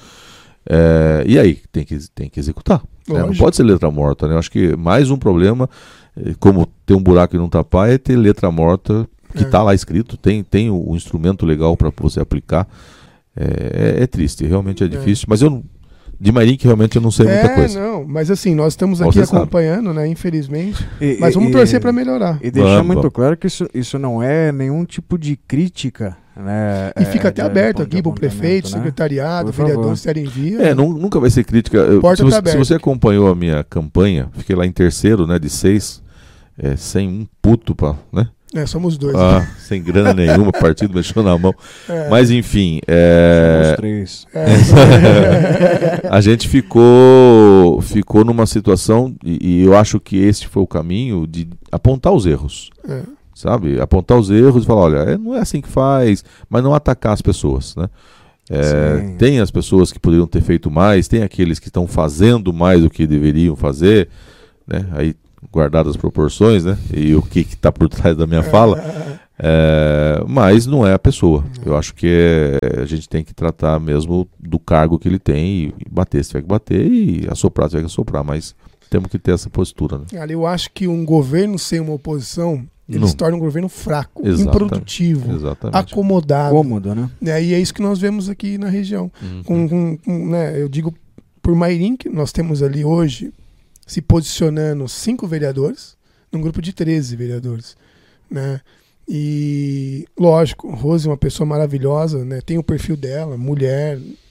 É, e aí, tem que, tem que executar. né? Não Lógico. pode ser letra morta. Né? Eu acho que mais um problema, eh, como ter um buraco e não tapar, é ter letra morta que É. está lá escrito, tem, tem o, o instrumento legal para você aplicar. É, é- é triste, realmente é É. difícil. Mas eu, de Mairink, realmente eu não sei muita É, coisa. não, mas assim, nós estamos Mas aqui você sabe. acompanhando, né, infelizmente, e- mas vamos e- torcer para melhorar. E deixar Vamos, muito vamos. claro que isso, isso não é nenhum tipo de crítica, né? E fica é, até de aberto ponto aqui de para o prefeito, apontamento, né? secretariado, Por favor. vereadores terem via. É, nu- nunca vai ser crítica. Eu- Porta se, você, tá aberta. se você acompanhou a minha campanha, fiquei lá em terceiro, né, de seis, é, sem um puto pra, né? É, somos dois. Ah, sem grana nenhuma, o partido mexeu na mão. É. Mas enfim, Somos é, três. É. a gente ficou, ficou numa situação, e, e eu acho que esse foi o caminho de apontar os erros. É. Sabe? Apontar os erros e falar, olha, é, não é assim que faz, mas não atacar as pessoas, né? É, Sim. tem as pessoas que poderiam ter feito mais, tem aqueles que estão fazendo mais do que deveriam fazer, né? Aí, guardadas as proporções, né? E o que está por trás da minha fala. É, mas não é a pessoa. Eu acho que é, a gente tem que tratar mesmo do cargo que ele tem e, e bater se tiver que bater e assoprar se tiver que assoprar, mas temos que ter essa postura, né? Cara, eu acho que um governo sem uma oposição, ele Não. se torna um governo fraco, Exatamente. improdutivo, Exatamente. acomodado. Cômodo, né? Né? E é isso que nós vemos aqui na região. Uhum. Com, com- com, né, eu digo por Mairink, nós temos ali hoje se posicionando cinco vereadores, num grupo de treze vereadores. Né? E, lógico, Rose é uma pessoa maravilhosa, né? Tem o perfil dela, mulher,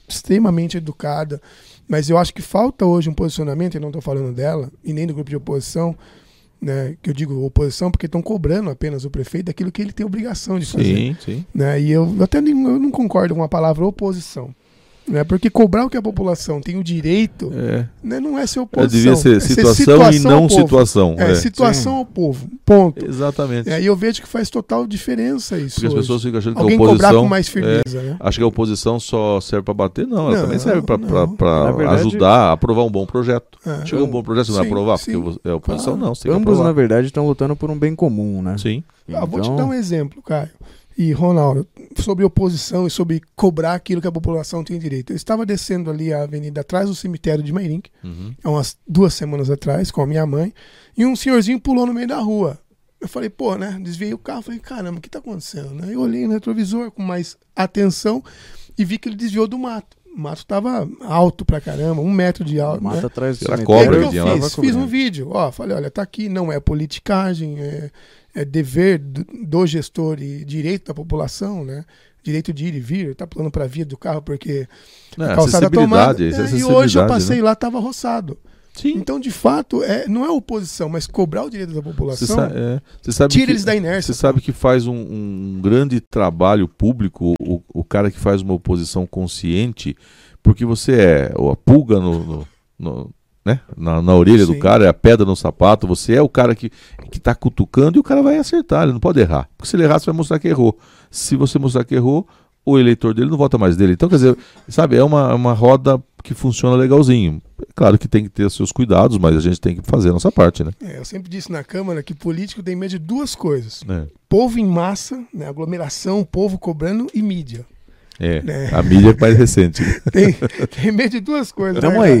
extremamente educada, mas eu acho que falta hoje um posicionamento, e não estou falando dela, e nem do grupo de oposição, né, que eu digo oposição porque estão cobrando apenas o prefeito daquilo que ele tem obrigação de fazer. Sim, sim. Né, e eu até nem, eu não concordo com a palavra oposição. Né, porque cobrar o que a população tem o direito É. né, não é ser É, oposição. devia ser é situação, situação e não ao povo. situação. É, é. situação Sim. ao povo. Ponto. Exatamente. É, e eu vejo que faz total diferença isso. Porque as hoje. pessoas ficam achando que Alguém a oposição. cobrar com mais é, firmeza, né? acho que a oposição só serve para bater. Não, ela Não, também serve para não. Na verdade- ajudar a aprovar um bom projeto. É. Chega um bom projeto, você não vai Sim, aprovar? sim, Porque é a oposição, claro. não. Você tem que Ambos, na aprovar. verdade, estão lutando por um bem comum, né? Sim. Ah, vou te Então- dar um exemplo, Caio. E Ronaldo, sobre oposição e sobre cobrar aquilo que a população tem direito. Eu estava descendo ali a avenida atrás do cemitério de Mairink, Uhum. há umas duas semanas atrás, com a minha mãe, e um senhorzinho pulou no meio da rua. Eu falei, pô, né? Desviei o carro, falei, caramba, o que tá acontecendo? Né? Eu olhei no retrovisor com mais atenção e vi que ele desviou do mato. O mato tava alto pra caramba, um metro de alto. Mata né? atrás do Era E aí, cobra, o que eu Guilherme, fiz? Tava Fiz um cobrando. vídeo. Ó, falei, olha, tá aqui, não é politicagem, é, é dever do, do gestor e direito da população, né? Direito de ir e vir, tá pulando pra via do carro porque É, a calçada tomada. acessibilidade, isso é É, e hoje eu acessibilidade, passei né? lá, tava roçado. Sim. Então, de fato, é, não é oposição, mas cobrar o direito da Você, população, sa é, você sabe tira que, eles da inércia. Você sabe que faz um, um grande trabalho público o, o cara que faz uma oposição consciente, porque você é ou a pulga no, no- no- né? na, na orelha Sim. do cara, é a pedra no sapato, você é o cara que está cutucando e o cara vai acertar, ele não pode errar. Porque se ele errar, você vai mostrar que errou. Se você mostrar que errou, o eleitor dele não vota mais dele. Então, quer dizer, sabe, é uma, uma roda que funciona legalzinho. É claro que tem que ter os seus cuidados, mas a gente tem que fazer a nossa parte, né? É, eu sempre disse na Câmara que político tem medo de duas coisas. É. Povo em massa, né, aglomeração, povo cobrando e mídia. É, É. a mídia é mais recente. Tem, tem medo de duas coisas. Tamo né, aí.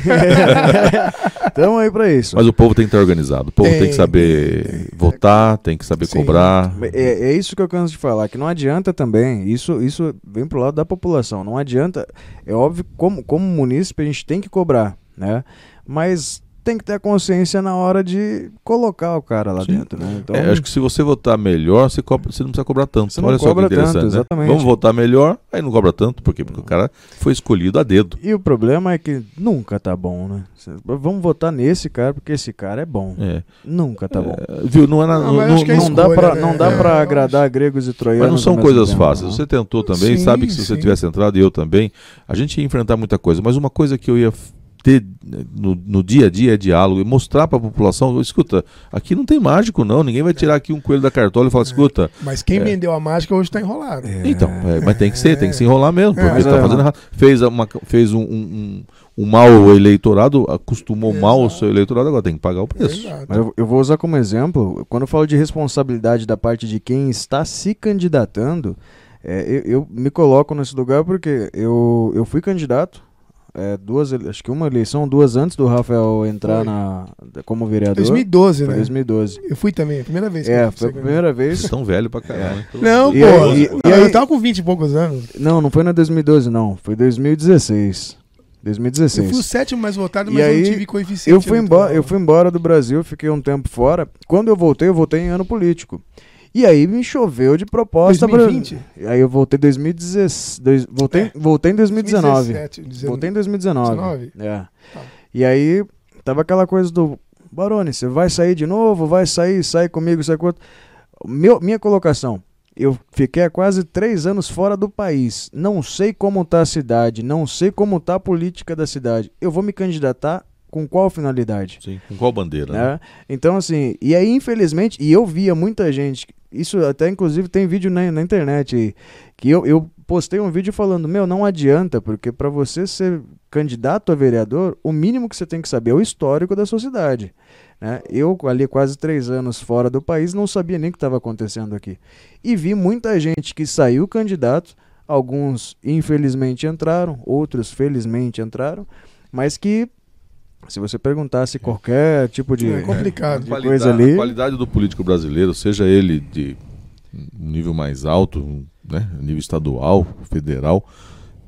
cara? Tamo aí pra isso. Mas o povo tem que estar organizado. O povo tem, Tem, que saber tem, tem. votar, tem que saber Sim. cobrar. É, é isso que eu canso de falar, que não adianta também, isso, isso vem pro lado da população, não adianta, é óbvio, como, como munícipe a gente tem que cobrar, né? Mas tem que ter a consciência na hora de colocar o cara lá Sim. dentro, né? Então, É, acho que se você votar melhor, você, cobra- você não precisa cobrar tanto. Você não Olha só que cobra interessante, tanto, né? exatamente. Vamos votar melhor, aí não cobra tanto. Por quê? Porque o cara foi escolhido a dedo. E o problema é que nunca tá bom, né? Cê- Vamos votar nesse cara porque esse cara é bom. É. Nunca tá bom. É, viu? Não, é na, Não, não, mas não, acho que é não- Não dá escolha, pra, né? não dá É, pra eu agradar gregos e troianos. mas não são ao mesmo coisas tempo, fáceis. não. Você tentou também, Sim, sabe que se você sim. tivesse entrado, e eu também, a gente ia enfrentar muita coisa. Mas uma coisa que eu ia f- ter no, no dia a dia é diálogo e mostrar para a população, escuta, aqui não tem mágico não, ninguém vai tirar aqui um coelho da cartola e falar, escuta, Mas quem É. vendeu a mágica hoje tá enrolado. então, é, mas tem que ser, tem que se enrolar mesmo, porque mas tá é, fazendo errado. Fez, uma, fez um, um, um, um mau eleitorado, acostumou Exato. mal o seu eleitorado, agora tem que pagar o preço. Exato. Mas eu, eu vou usar como exemplo, quando eu falo de responsabilidade da parte de quem está se candidatando, é, eu, eu me coloco nesse lugar porque eu, eu fui candidato, é, duas, ele- acho que uma eleição, duas antes do Rafael entrar Foi. na, como vereador. dois mil e doze, Foi né? dois mil e doze. Eu fui também, a primeira vez. que É, eu foi a fui primeira Vocês vez. estão velhos pra caramba. hein? Não, E pô. aí- e- eu, e aí- eu tava com vinte e poucos anos. Não, não foi na dois mil e doze não, foi dois mil e dezesseis. dois mil e Eu fui o dezesseis. sétimo mais votado, E mas eu aí, não tive coeficiente. Eu fui, embora, eleitoral. eu fui embora do Brasil, fiquei um tempo fora. Quando eu voltei, eu voltei em ano político. E aí me choveu de proposta. dois mil e vinte? Pra... Aí eu voltei em dois mil e dezesseis. dois- Voltei, É. voltei em dois mil e dezenove. dezessete, dezenove. Voltei em dois mil e dezenove. dezenove? É. Tá. E aí tava aquela coisa do Barone, você vai sair de novo? Vai sair, sai comigo, sai com outro. Meu, minha colocação. Eu fiquei há quase três anos fora do país. Não sei como tá a cidade, não sei como tá a política da cidade. Eu vou me candidatar com qual finalidade? Sim, com qual bandeira? Né? Né? Então, assim, e aí, infelizmente, e eu via muita gente, isso até inclusive tem vídeo na, na internet aí, que eu, eu postei um vídeo falando, meu, não adianta, porque para você ser candidato a vereador, o mínimo que você tem que saber é o histórico da sua cidade. Né? Eu, ali quase três anos fora do país, não sabia nem o que estava acontecendo aqui. E vi muita gente que saiu candidato, alguns infelizmente entraram, outros felizmente entraram, mas que se você perguntasse qualquer tipo de, É complicado. de Qualidade- coisa ali... A qualidade do político brasileiro, seja ele de um nível mais alto, né, nível estadual, federal,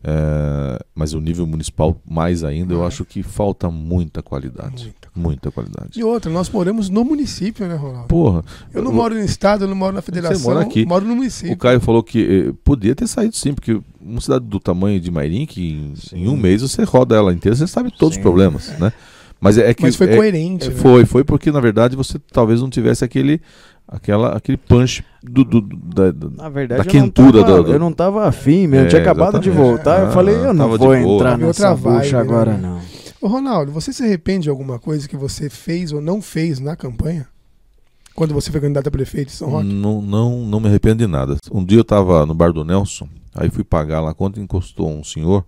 É, mas o nível municipal mais ainda, eu Ah. acho que falta muita qualidade. Muita. Muita qualidade. E outra, nós moramos no município, né, Ronaldo? Porra, Eu não moro no estado, eu não moro na federação, mora aqui. moro no município. o Caio falou que eh, podia ter saído sim, porque uma cidade do tamanho de Mairim, que em, em um mês você roda ela inteira, você sabe todos Sim. os problemas, né? Mas é, é que Mas foi é- coerente. é, né? foi, foi porque na verdade você talvez não tivesse aquele aquela aquele punch do, do- do- da, da- Na verdade, da eu, não quentura tava, do- do- eu não tava afim mesmo. É, eu tinha acabado de exatamente. voltar. eu Ah, falei, eu não tava de vou boa. entrar Tava em nessa outra vibe, bucha né? agora, não. Ô, Ronaldo, você se arrepende de alguma coisa que você fez ou não fez na campanha? Quando você foi candidato a prefeito de São Roque? não, não, não me arrependo de nada. Um dia eu tava no bar do Nelson, aí fui pagar lá a conta e encostou um senhor,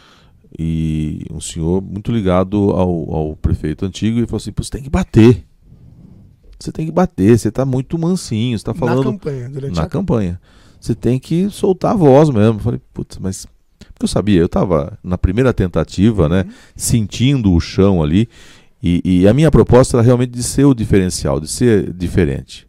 e um senhor muito ligado ao, ao prefeito antigo, e falou assim: "Pô, você tem que bater. Você tem que bater, você tá muito mansinho, você tá Na falando campanha, durante na a campanha. Você tem que soltar a voz mesmo." Eu falei, putz, mas. Porque eu sabia, eu tava na primeira tentativa, né? Sentindo o chão ali. E, e a minha proposta era realmente de ser o diferencial, de ser diferente.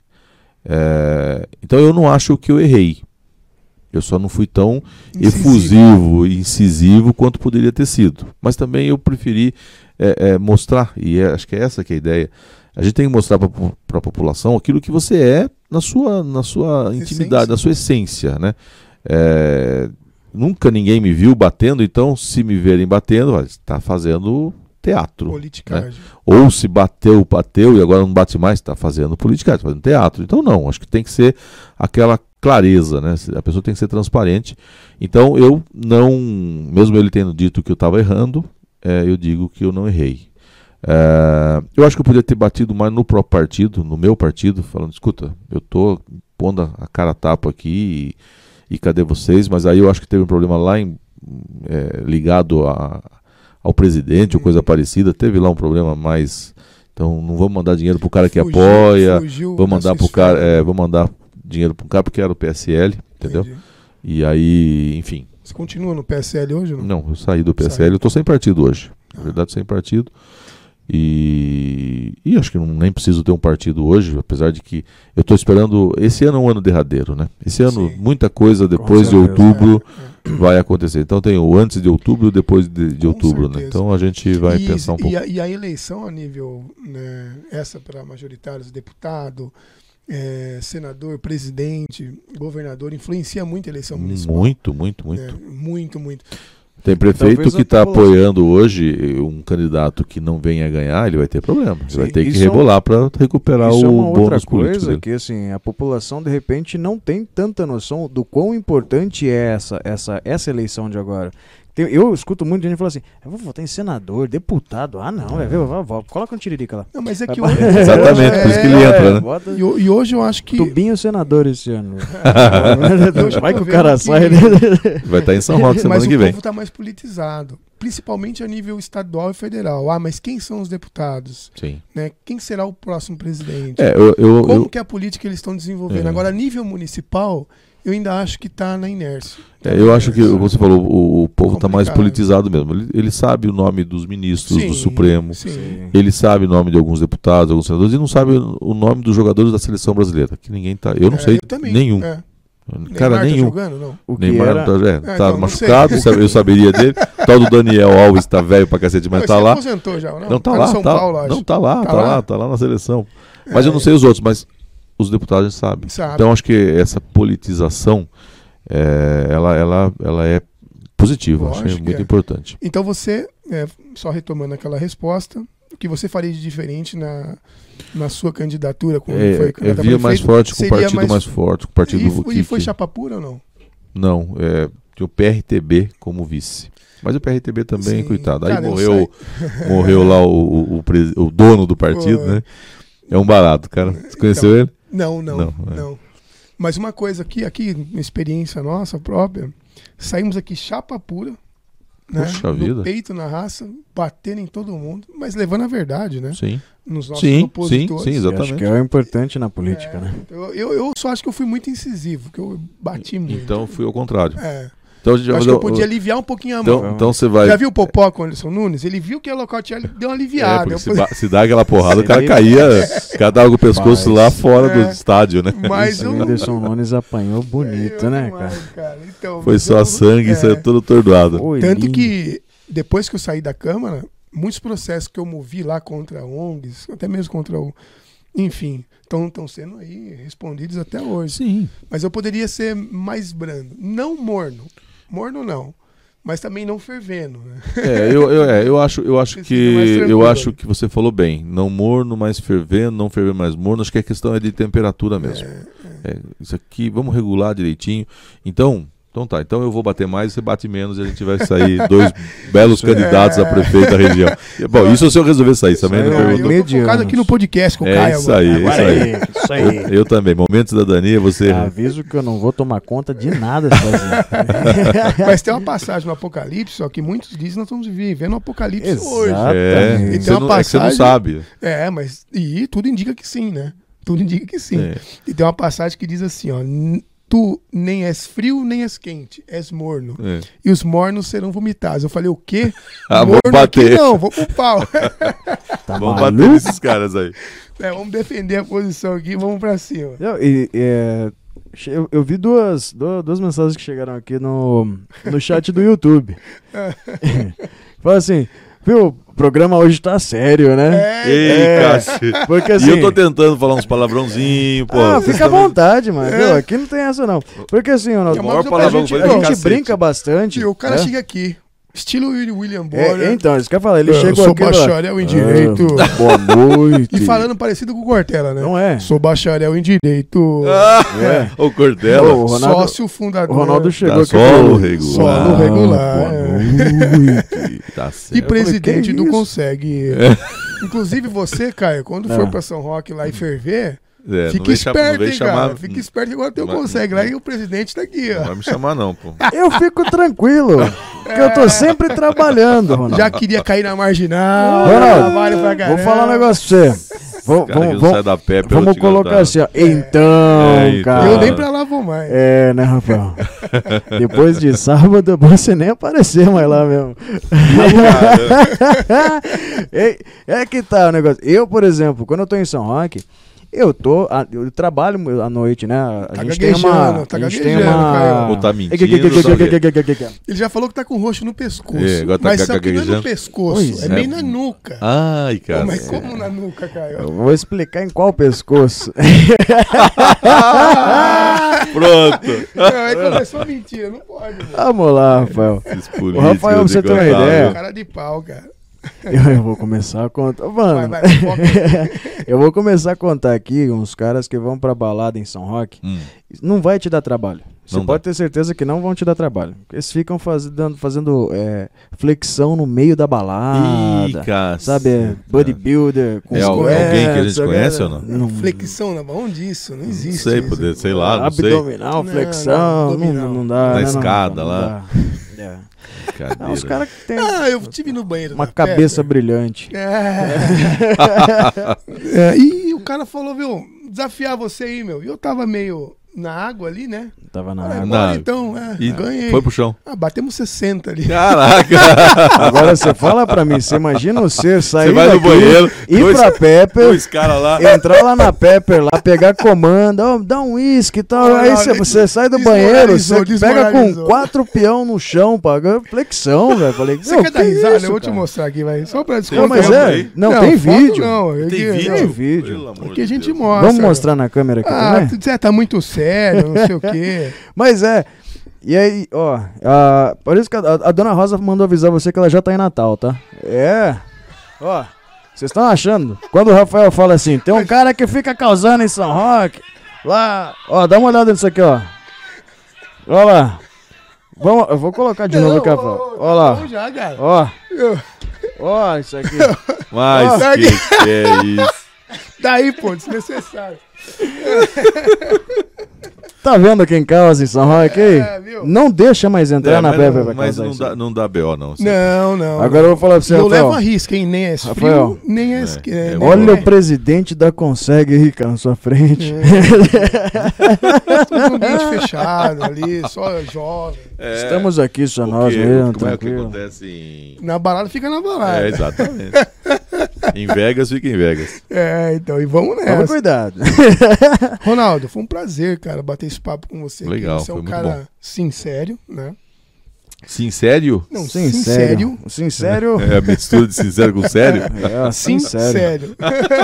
É, então eu não acho que eu errei. Eu só não fui tão Incisivo. efusivo e incisivo quanto poderia ter sido. Mas também eu preferi é, é, mostrar, e é- acho que é essa que é a ideia. A gente tem que mostrar para a população aquilo que você é na sua, na sua intimidade, Essência. na sua essência, né? É, nunca ninguém me viu batendo, então se me verem batendo, está fazendo teatro. politicagem. Ou se bateu, bateu e agora não bate mais, está fazendo política, está fazendo teatro. Então não, acho que tem que ser aquela clareza, né? A pessoa tem que ser transparente. Então eu não, mesmo ele tendo dito que eu estava errando, é, eu digo que eu não errei. É, eu acho que eu podia ter batido mais no próprio partido, no meu partido, falando: escuta, eu tô pondo a cara a tapa aqui e, e cadê vocês? Mas aí eu acho que teve um problema lá em, é, ligado a ao presidente ou coisa parecida, teve lá um problema mais. Então não vamos mandar dinheiro pro cara que Fugiu- apoia, fugiu vamos da mandar sua pro cara, esfera. é, vamos mandar dinheiro pro cara porque era o P S L, entendeu? Entendi. E aí, enfim, Você continua no P S L hoje ou não? não, eu saí do P S L, Saiu. eu tô sem partido hoje. Na Ah. verdade, sem partido. E, e acho que não, nem preciso ter um partido hoje, apesar de que eu estou esperando. Esse ano é um ano derradeiro, né? Esse ano, Sim. muita coisa depois de certeza. outubro É, vai acontecer. Então tem o antes de outubro e o depois de, de Com outubro, né? certeza. Então a gente vai e, pensar um e pouco. a, e a eleição a nível, né, essa para majoritários, deputado, é, senador, presidente, governador, influencia muito a eleição municipal. Muito, muito, muito. né? Muito, muito. Tem prefeito Talvez que a está população- apoiando hoje um candidato que não venha a ganhar, ele vai ter problema. Ele Sim, vai ter que isso é um- rebolar para recuperar Isso o é uma outra bônus político coisa dele. que assim, a população de repente não tem tanta noção do quão importante é essa, essa, essa eleição de agora. Tem- eu escuto muita gente falar assim: eu vou votar em senador, deputado. Ah, não, vai ver, vai, vai, coloca um tiririca lá. Não, mas é que Vai- hoje, Exatamente, por isso que ele entra, né? Bota E, ho- e hoje eu acho que. Tubinho senador esse ano. Hoje eu Vai tô que o vendo cara que- sai. né? Vai estar em São Roque semana Mas que o vem. povo está mais politizado, principalmente a nível estadual e federal. Ah, mas quem são os deputados? Sim. Né? Quem será o próximo presidente? É, eu, eu, Como eu- que é a política eles estão desenvolvendo? É. Agora, a nível municipal, eu ainda acho que está na inércia. Tá é, na eu acho que, inércia. como você falou, o, o povo está mais Complicado. politizado mesmo. Ele, ele sabe o nome dos ministros Sim, do Supremo, Sim. ele sabe o nome de alguns deputados, alguns senadores, e não sabe o, o nome dos jogadores da seleção brasileira, que ninguém tá. Eu não É, sei eu também. nenhum. É. Cara, Neymar tá nenhum. jogando, não? O que Neymar era... não tá, é, É, tá então, não machucado, sei. sabe- eu saberia dele. Tal do Daniel Alves tá velho pra cacete, mas Não, tá esse lá. aposentou já, não? Não, tá no lá, São tá, Paulo, acho. não, tá lá, Tá tá, lá? lá, tá lá na seleção. Mas É, eu não sei os outros, mas os deputados a gente sabe. Sabe. Então acho que essa politização, é, ela, ela, ela é positiva, Lógico acho que muito é. importante. Então você, é, só retomando aquela resposta, o que você faria de diferente na, na sua candidatura? Quando É, foi é candidato a via mais prefeito? forte com o Seria partido mais, mais- forte, com o partido E, fo- que, e foi que- chapa pura ou não? Não, é, tinha o P R T B como vice. Mas o P R T B também, Sim. coitado. Aí Cara, eu morreu, morreu lá o, o, o, presi- o dono do partido, Pô. né? É um barato, cara. Você conheceu Então, ele? Não, não, Não, não. é. Mas uma coisa aqui, aqui, uma experiência nossa própria, saímos aqui chapa pura, né? Puxa no vida. peito, na raça, batendo em todo mundo, mas levando a verdade, né? Sim. Nos nossos Sim, sim, opositores. sim, Acho exatamente. que é o importante na política, É, né? Eu, eu, eu só acho que eu fui muito incisivo, que eu bati muito. Então fui ao contrário. É. Então, a gente Eu vai acho que fazer eu um- podia aliviar um pouquinho a mão. Então, então você vai. Já viu o Popó com o Anderson Nunes? Ele viu que ia nocautear, ele deu uma É, aliviada. porque Eu se, falei, ba- se dá aquela porrada, o cara Sim. caía, o cara dava com o pescoço Mas- lá fora É. do estádio, né? mas O eu não. Whindersson Nunes apanhou bonito, eu né, não cara? acho, cara. Então, Foi mas só eu- sangue, é. isso é tudo tordoado. Foi Tanto lindo. que depois que eu saí da Câmara, muitos processos que eu movi lá contra O N Gs, até mesmo contra o. Enfim, estão sendo aí respondidos até hoje. Sim. Mas eu poderia ser mais brando. Não morno. Morno não. Mas também não fervendo, né? É, eu, eu, é, eu acho, eu acho Você fica mais que tranquilo. eu acho que você falou bem. Não morno, mais fervendo, não fervendo mais morno. Acho que a questão é de temperatura mesmo. É, isso aqui, vamos regular direitinho. Então, então tá. Então eu vou bater mais, você bate menos e a gente vai sair dois belos candidatos a prefeito da região. E, bom, isso se eu resolver sair também. Isso Não aí, Ah, pergunto. eu tô medianos. focado aqui no podcast com o É Caio isso agora. aí, Agora isso aí. é, isso aí. Eu, eu também. Momento de cidadania, você. Aviso que eu não vou tomar conta de nada sozinho. Mas tem uma passagem no Apocalipse, ó, que muitos dizem que nós estamos vivendo um Apocalipse Exato. hoje. É, E tem você uma não, é que você não passagem- sabe. É, mas. E tudo indica que sim, né? Tudo indica que sim. É. E tem uma passagem que diz assim, ó. "N- Tu nem és frio, nem és quente, és morno. É. E os mornos serão vomitados. Eu falei, o quê? Ah, vamos aqui bater. não, vou pro pau. Tá Vamos maluco? bater nesses caras aí. É, vamos defender a posição aqui, vamos pra cima. Eu, e, é, che- eu, eu vi duas, duas, duas mensagens que chegaram aqui no, no chat do YouTube. Fala assim, viu, o programa hoje tá sério, né? É, Ei, É, Cássio. Porque E assim... eu tô tentando falar uns palavrãozinhos, pô. Ah, vocês fica à também- vontade, mano. É. viu? Aqui não tem essa, não. Porque assim, o nosso- É, O maior mas eu- palavrão a que gente- eu falei a foi gente cacete. brinca bastante. E o cara né? chega aqui, estilo William É, Bonner. então, isso que eu falar, ele eu chegou sou aqui... lá, bacharel em Direito. "Ah, boa noite. E falando parecido com o Cortella, né? Não é? Sou bacharel em Direito. Ah, É. o Cortella. Ô, o Ronaldo- Sócio fundador. O Ronaldo chegou Dá aqui... solo falou, regular. Solo regular. boa é. noite. Tá E certo. presidente que do isso? Consegue. Inclusive você, Caio, quando for Ah. pra São Roque lá e ferver, É, não fica vem cham- não esperto, vem hein, chamar- cara. Fica esperto que agora tem o Mas- Consegue lá e o presidente tá aqui, Não ó. vai me chamar, não, pô. Eu fico tranquilo, porque eu tô sempre trabalhando, Ronaldo. Já queria cair na marginal. Ronaldo, trabalho pra vou caramba. falar um negócio pra você. Vamos, Cara que vamos, não sai vamos, da pé pelo vamos te colocar cantar. assim, ó. Então, É, então. cara. Eu nem pra lá vou mais. É, né, Rafael? Depois de sábado é bom você nem aparecer mais lá mesmo. é, é que tá o negócio. Eu, por exemplo, quando eu tô em São Roque, eu tô. a- Eu trabalho à noite, né? A Tá gente tem uma. gaguejando, tá a gente tem gaguejando, uma. Caio. Ou tá É, mentindo. que- que- que- ou tá que- quê? que- que- que- que- que- Ele já falou que tá com roxo no pescoço. É, agora tá mas sabe que não é no gaguejando. pescoço, Pois é é. bem na nuca. Ai, Pô, cara. mas como na nuca, Caio? Eu vou explicar em qual pescoço. Pronto. Não, aí começou a mentira, não pode. Mano. Vamos lá, Rafael. Esses O políticos Rafael, pra você ter uma incontáveis. ideia. Cara de pau, cara. Eu, eu vou começar a contar. Mano, Vai, vai, foca. eu vou começar a contar aqui uns caras que vão pra balada em São Roque. Hum. Não vai te dar trabalho. Você Não pode dá. ter certeza que não vão te dar trabalho. Eles ficam fazendo, fazendo é, flexão no meio da Ih, balada. cara. Sabe, é, bodybuilder. Com É al- squats, alguém que a gente sabe? conhece ou não? Não Flexão na mão disso? Não Não existe. sei, isso. poder, sei lá, não sei. Abdominal, Não, flexão. não, Não, abdominal. não dá. Na né, não, escada não lá. dá. É. Cadeira. Não, os caras que tem Ah, eu tive no banheiro. uma da cabeça Pepper. brilhante. É. É, e o cara falou, viu, desafiar você aí, meu. E eu tava meio na água ali, né? Tava na Falei, água. bora Na- então, é, E ganhei. foi pro chão. Ah, batemos sessenta ali. Caraca. Agora você fala pra mim, você imagina você sair Você vai no daqui, banheiro, ir dois- pra Pepper, Dois caras lá. entrar lá na Pepper, lá pegar comanda, ó, dá um uísque e tal. Não, Aí não, você, des- você sai do banheiro, desmoralizou, você pega com desmoralizou. quatro peão no chão, paga flexão, velho. Falei, Você meu, quer que dar risada? isso, eu vou te cara? mostrar aqui, vai. Só pra Tem descontar. Não, mas foto é, aí? não, tem foto vídeo. Não, Tem aqui- vídeo? Tem vídeo. Pelo amor Aqui a de gente Deus. mostra. Vamos mostrar na câmera aqui Ah, também? tu- Zé, tá muito sério, não sei o quê. Mas é. E aí, ó, a, por isso que a, a dona Rosa mandou avisar você que ela já tá em Natal, tá? É. Ó, vocês estão achando? Quando o Rafael fala assim, tem um cara que fica causando em São Roque, lá, ó, dá uma olhada nisso aqui, ó. Ó lá. Vamos, eu vou colocar de novo aqui, Rafael. Ó lá. Vamos já, cara. Ó, Eu- ó, isso aqui. Mas Ó, que, que é isso? Daí, pô, desnecessário. Tá vendo aqui em casa em São Roque aí? É, viu? Não deixa mais entrar É, na mas Pepper não, pra mas causar não isso. dá, não dá B O, não. Não, não. Agora eu vou falar pra você, E eu Rafael. levo a risca, hein? Nem é frio, Rafael. nem é... É, é, é, nem Olha é- o presidente da Conseg aí, cara, na sua frente. É. Tudo um ambiente fechado ali, só jovem. É, Estamos aqui, só porque nós mesmo, como é que tranquilo. acontece em... Na balada fica na balada. É, exatamente. Em Vegas, fica em Vegas. É, então, e vamos Toma nessa. cuidado. Ronaldo, foi um prazer, cara, bater esse papo com você. Legal, Você é foi um muito cara bom. sincero, né? Sincério? Não, Sim, sincero. sério. Sim, sério. É a mistura de sincero com sério? É, sim, sério. Sincero.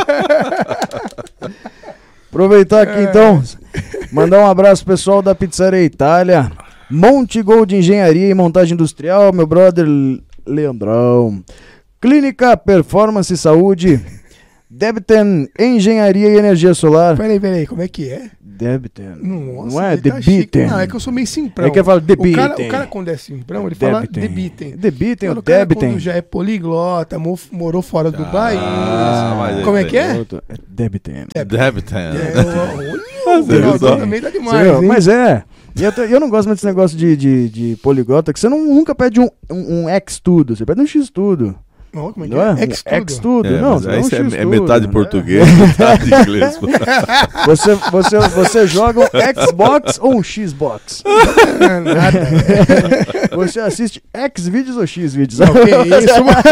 Aproveitar aqui então, mandar um abraço pro pessoal da Pizzaria Itália, Monte Gold Engenharia e Montagem Industrial, meu brother Leandrão, Clínica Performance e Saúde, Debten Engenharia e Energia Solar. Peraí, peraí, como é que é? Debten. Nossa, Não é ele tá chique. Debiten. Não, é que eu sou meio simprão. É que eu falo o cara, Debiten. o cara quando é simprão, ele fala Debiten. debitem. Debiten ou Agora, o cara Debiten? quando já é poliglota, mo- morou fora do Ah, país. mas Como é é- que é? Outro, é Debiten. Debiten. É, olha, o Você viu Ronaldo só? também tá Você demais, viu? hein? Mas é. E eu, te- eu não gosto muito desse negócio de, de, de poliglota, que você não, nunca pede um, um, um X tudo, você pede um X tudo. Não, como é que Não é? é? Ex Um X tudo. É, não, mas você aí dá um isso é, X é tudo, metade né? português, metade inglês. pô. Você, você, você joga um Xbox ou um Xbox? É, nada. Você assiste Xvideos ou Xvideos? Não, que isso, mano.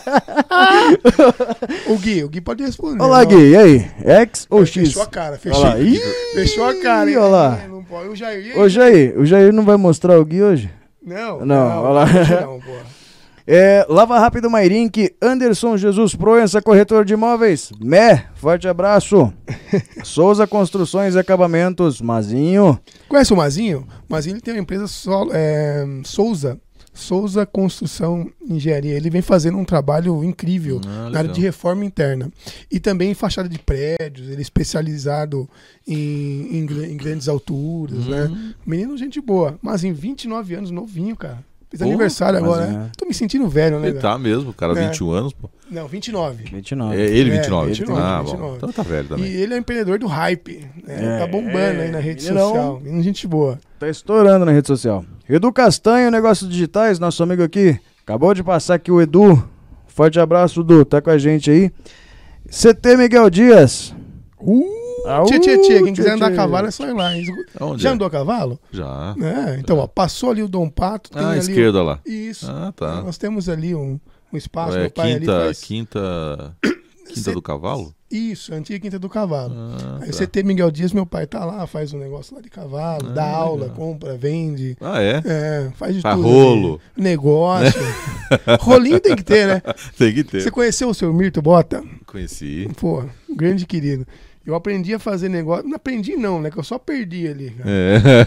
O Gui, o Gui pode responder. Olá, não. Gui, e aí? X ou X? Fechou a cara, fechou. Olha lá. Ih, Fechou a cara, hein? olha lá. Não pode. O Jair. Ô, Jair, o Jair não vai mostrar o Gui hoje? Não, Não, olha lá. hoje não, pô. É, Lava Rápido Mairink, Anderson Jesus Proença, corretor de imóveis. Mé, forte abraço. Souza Construções e Acabamentos, Mazinho. Conhece o Mazinho? O Mazinho ele tem uma empresa solo, é, Souza. Souza Construção e Engenharia. Ele vem fazendo um trabalho incrível Ah, na área legal. de reforma interna. E também em fachada de prédios. Ele é especializado em, em, gra- em grandes alturas, né? Uhum. Menino, gente boa. Mas em vinte e nove anos, novinho, cara. Fez Pô, aniversário mas agora, é. né? Tô me sentindo velho, né? Ele velho? tá mesmo, cara, É. vinte e um anos, pô. Não, vinte e nove. vinte e É nove. ele, É, vinte e nove. vinte e nove, Ah, vinte e bom. nove. Então tá velho E também. ele é empreendedor do hype. Né? É, Tá bombando aí na rede menino. social. Menino, gente boa. Tá estourando na rede social. Edu Castanho, Negócios Digitais, nosso amigo aqui. Acabou de passar aqui o Edu. Forte abraço, Edu. Tá com a gente aí. C T Miguel Dias. Uh, Au, tchê, tchê, tchê. Quem quiser tchê, andar a tchê. cavalo é só ir lá. Onde Já é? andou a cavalo? Já. É, então, ó, passou ali o Dom Pato. Tem Ah, à ali esquerda lá. Isso. Ah, tá. Nós temos ali um, um espaço. É meu pai ali quinta, faz... quinta, quinta Cê- do cavalo? Isso, a antiga Quinta do Cavalo. Ah, Aí tá. você tem Miguel Dias, meu pai tá lá, faz um negócio lá de cavalo, Ah, dá aula, legal. compra, vende. Ah, é? É, faz de Faz tudo. rolo. ali. Negócio. Rolinho tem que ter, né? Tem que ter. Você conheceu o seu Mirto Bota? Conheci. Pô, grande querido. Eu aprendi a fazer negócio. Não aprendi, não, né? Que eu só perdi ali. Cara. É.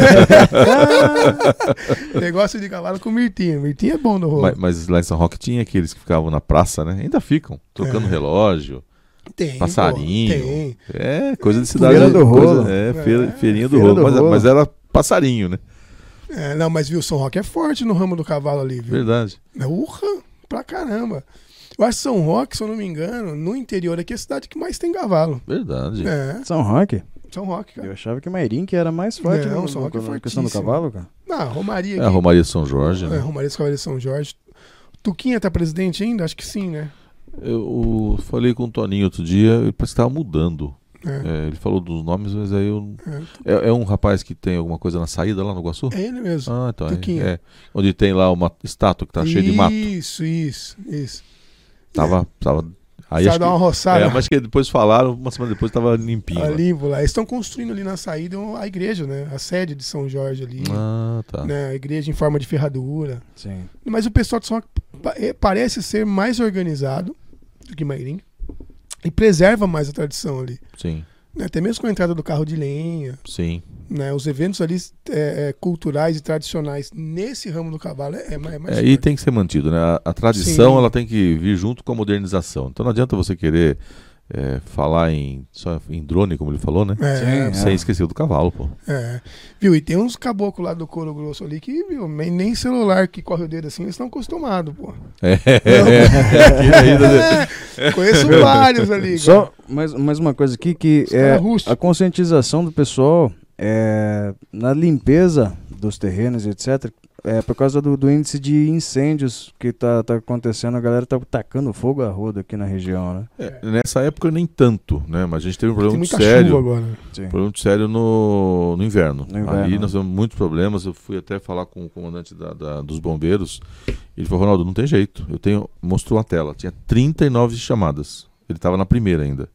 Negócio... negócio de cavalo com o Mirtinho. Mirtinho é bom no rolo. mas, mas lá em São Roque tinha aqueles que ficavam na praça, né? Ainda ficam, trocando É. relógio, Tem. passarinho. Pô, tem. É, coisa de cidade. Feira do coisa- rolo. É, É, feira, feirinha do feira rolo. do mas, rolo. mas era passarinho, né? É, não, mas viu, São Roque é forte no ramo do cavalo ali, viu? Verdade. Urra, pra caramba. Eu acho que São Roque, se eu não me engano, no interior aqui é a cidade que mais tem cavalo. Verdade. É, São Roque? São Roque, cara. Eu achava que Mairink era mais forte Não, no- São no- Roque é na questão do fortíssimo. cavalo, cara. Ah, Romaria É aqui. a Romaria de São Jorge, É, né? Romaria dos Cavaleiros de São Jorge. Tuquinha tá presidente ainda? Acho que sim, né? Eu falei com o Toninho outro dia, ele parece que estava mudando. É. É, ele falou dos nomes, mas aí eu. É. É, é um rapaz que tem alguma coisa na saída lá no Iguaçu? É ele mesmo. Ah, então. Tuquinha. É, é. Onde tem lá uma estátua que tá cheia de mato. Isso, isso, isso. Tava. tava aí Precisa acho dar que, uma roçada. é, mas acho que depois falaram, uma semana depois tava limpinho. lá. Ali, vou lá. Eles estão construindo ali na saída a igreja, né? A sede de São Jorge ali. Ah, tá. Né? A igreja em forma de ferradura. Sim. Mas o pessoal de São Roque pa- eh, parece ser mais organizado do que Mairim e preserva mais a tradição ali. Sim, Né? Até mesmo com a entrada do carro de lenha, sim. né? Os eventos ali é, é, culturais e tradicionais nesse ramo do cavalo é, é mais, é mais É, e forte. tem que ser mantido, né? A, a tradição Sim. ela tem que vir junto com a modernização. Então não adianta você querer é, falar em, só em drone, como ele falou, né? É, Sim. Sem esquecer do cavalo, pô. é. Viu? E tem uns caboclos lá do Couro Grosso ali que, viu, nem nem celular que corre o dedo assim, eles estão acostumados, pô. É. É, conheço vários ali. Só mais, mais uma coisa aqui que Os é cara rústico. a conscientização do pessoal é, na limpeza dos terrenos, etcétera, é, por causa do, do índice de incêndios que tá, tá acontecendo, a galera tá tacando fogo a rodo aqui na região, né? É, nessa época nem tanto, né? Mas a gente teve um problema Tem muito muita sério. chuva agora. Sim. Um problema muito sério no, no inverno. No inverno. Ali nós tivemos muitos problemas. Eu fui até falar com o comandante da, da- dos bombeiros. Ele falou, Ronaldo, não tem jeito. Eu tenho. Mostrou uma tela. Tinha trinta e nove chamadas. Ele estava na primeira ainda.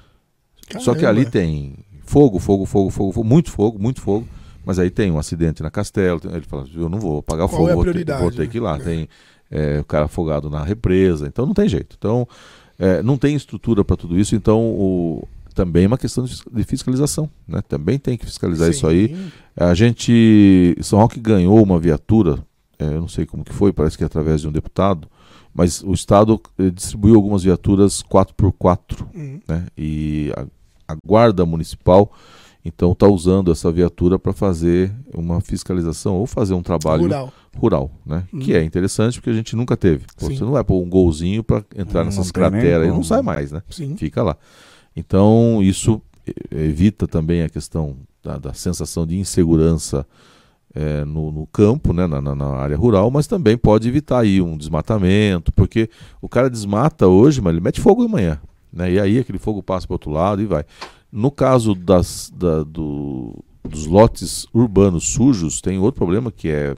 Só que Caramba. ali tem fogo, fogo, fogo, fogo, fogo, muito fogo, muito fogo. Mas aí tem um acidente na Castelo. tem- Ele fala, eu não vou apagar o Qual fogo, é a vou ter, prioridade, vou ter né? que ir lá. É. Tem é, o cara afogado na represa. Então não tem jeito. Então é, não tem estrutura para tudo isso. Então o, também é uma questão de fis- de fiscalização, né? Também tem que fiscalizar isso aí. Sim. A gente, São Roque ganhou uma viatura, é, eu não sei como que foi, parece que é através de um deputado, mas o Estado eh, distribuiu algumas viaturas quatro por quatro, Hum. né? E a, a Guarda Municipal, então, está usando essa viatura para fazer uma fiscalização ou fazer um trabalho Rural. rural, né? Hum. Que é interessante porque a gente nunca teve. Pô, Sim. você não vai pôr um golzinho para entrar Não nessas tem nem crateras e não como. sai mais, né? Sim. Fica lá. Então, isso eh, evita também a questão da, da sensação de insegurança eh, no, no campo, né, na, na- na área rural, mas também pode evitar aí um desmatamento, porque o cara desmata hoje, mas ele mete fogo amanhã, né? E aí aquele fogo passa para outro lado e vai. No caso das, da- do- dos lotes urbanos sujos, tem outro problema que é,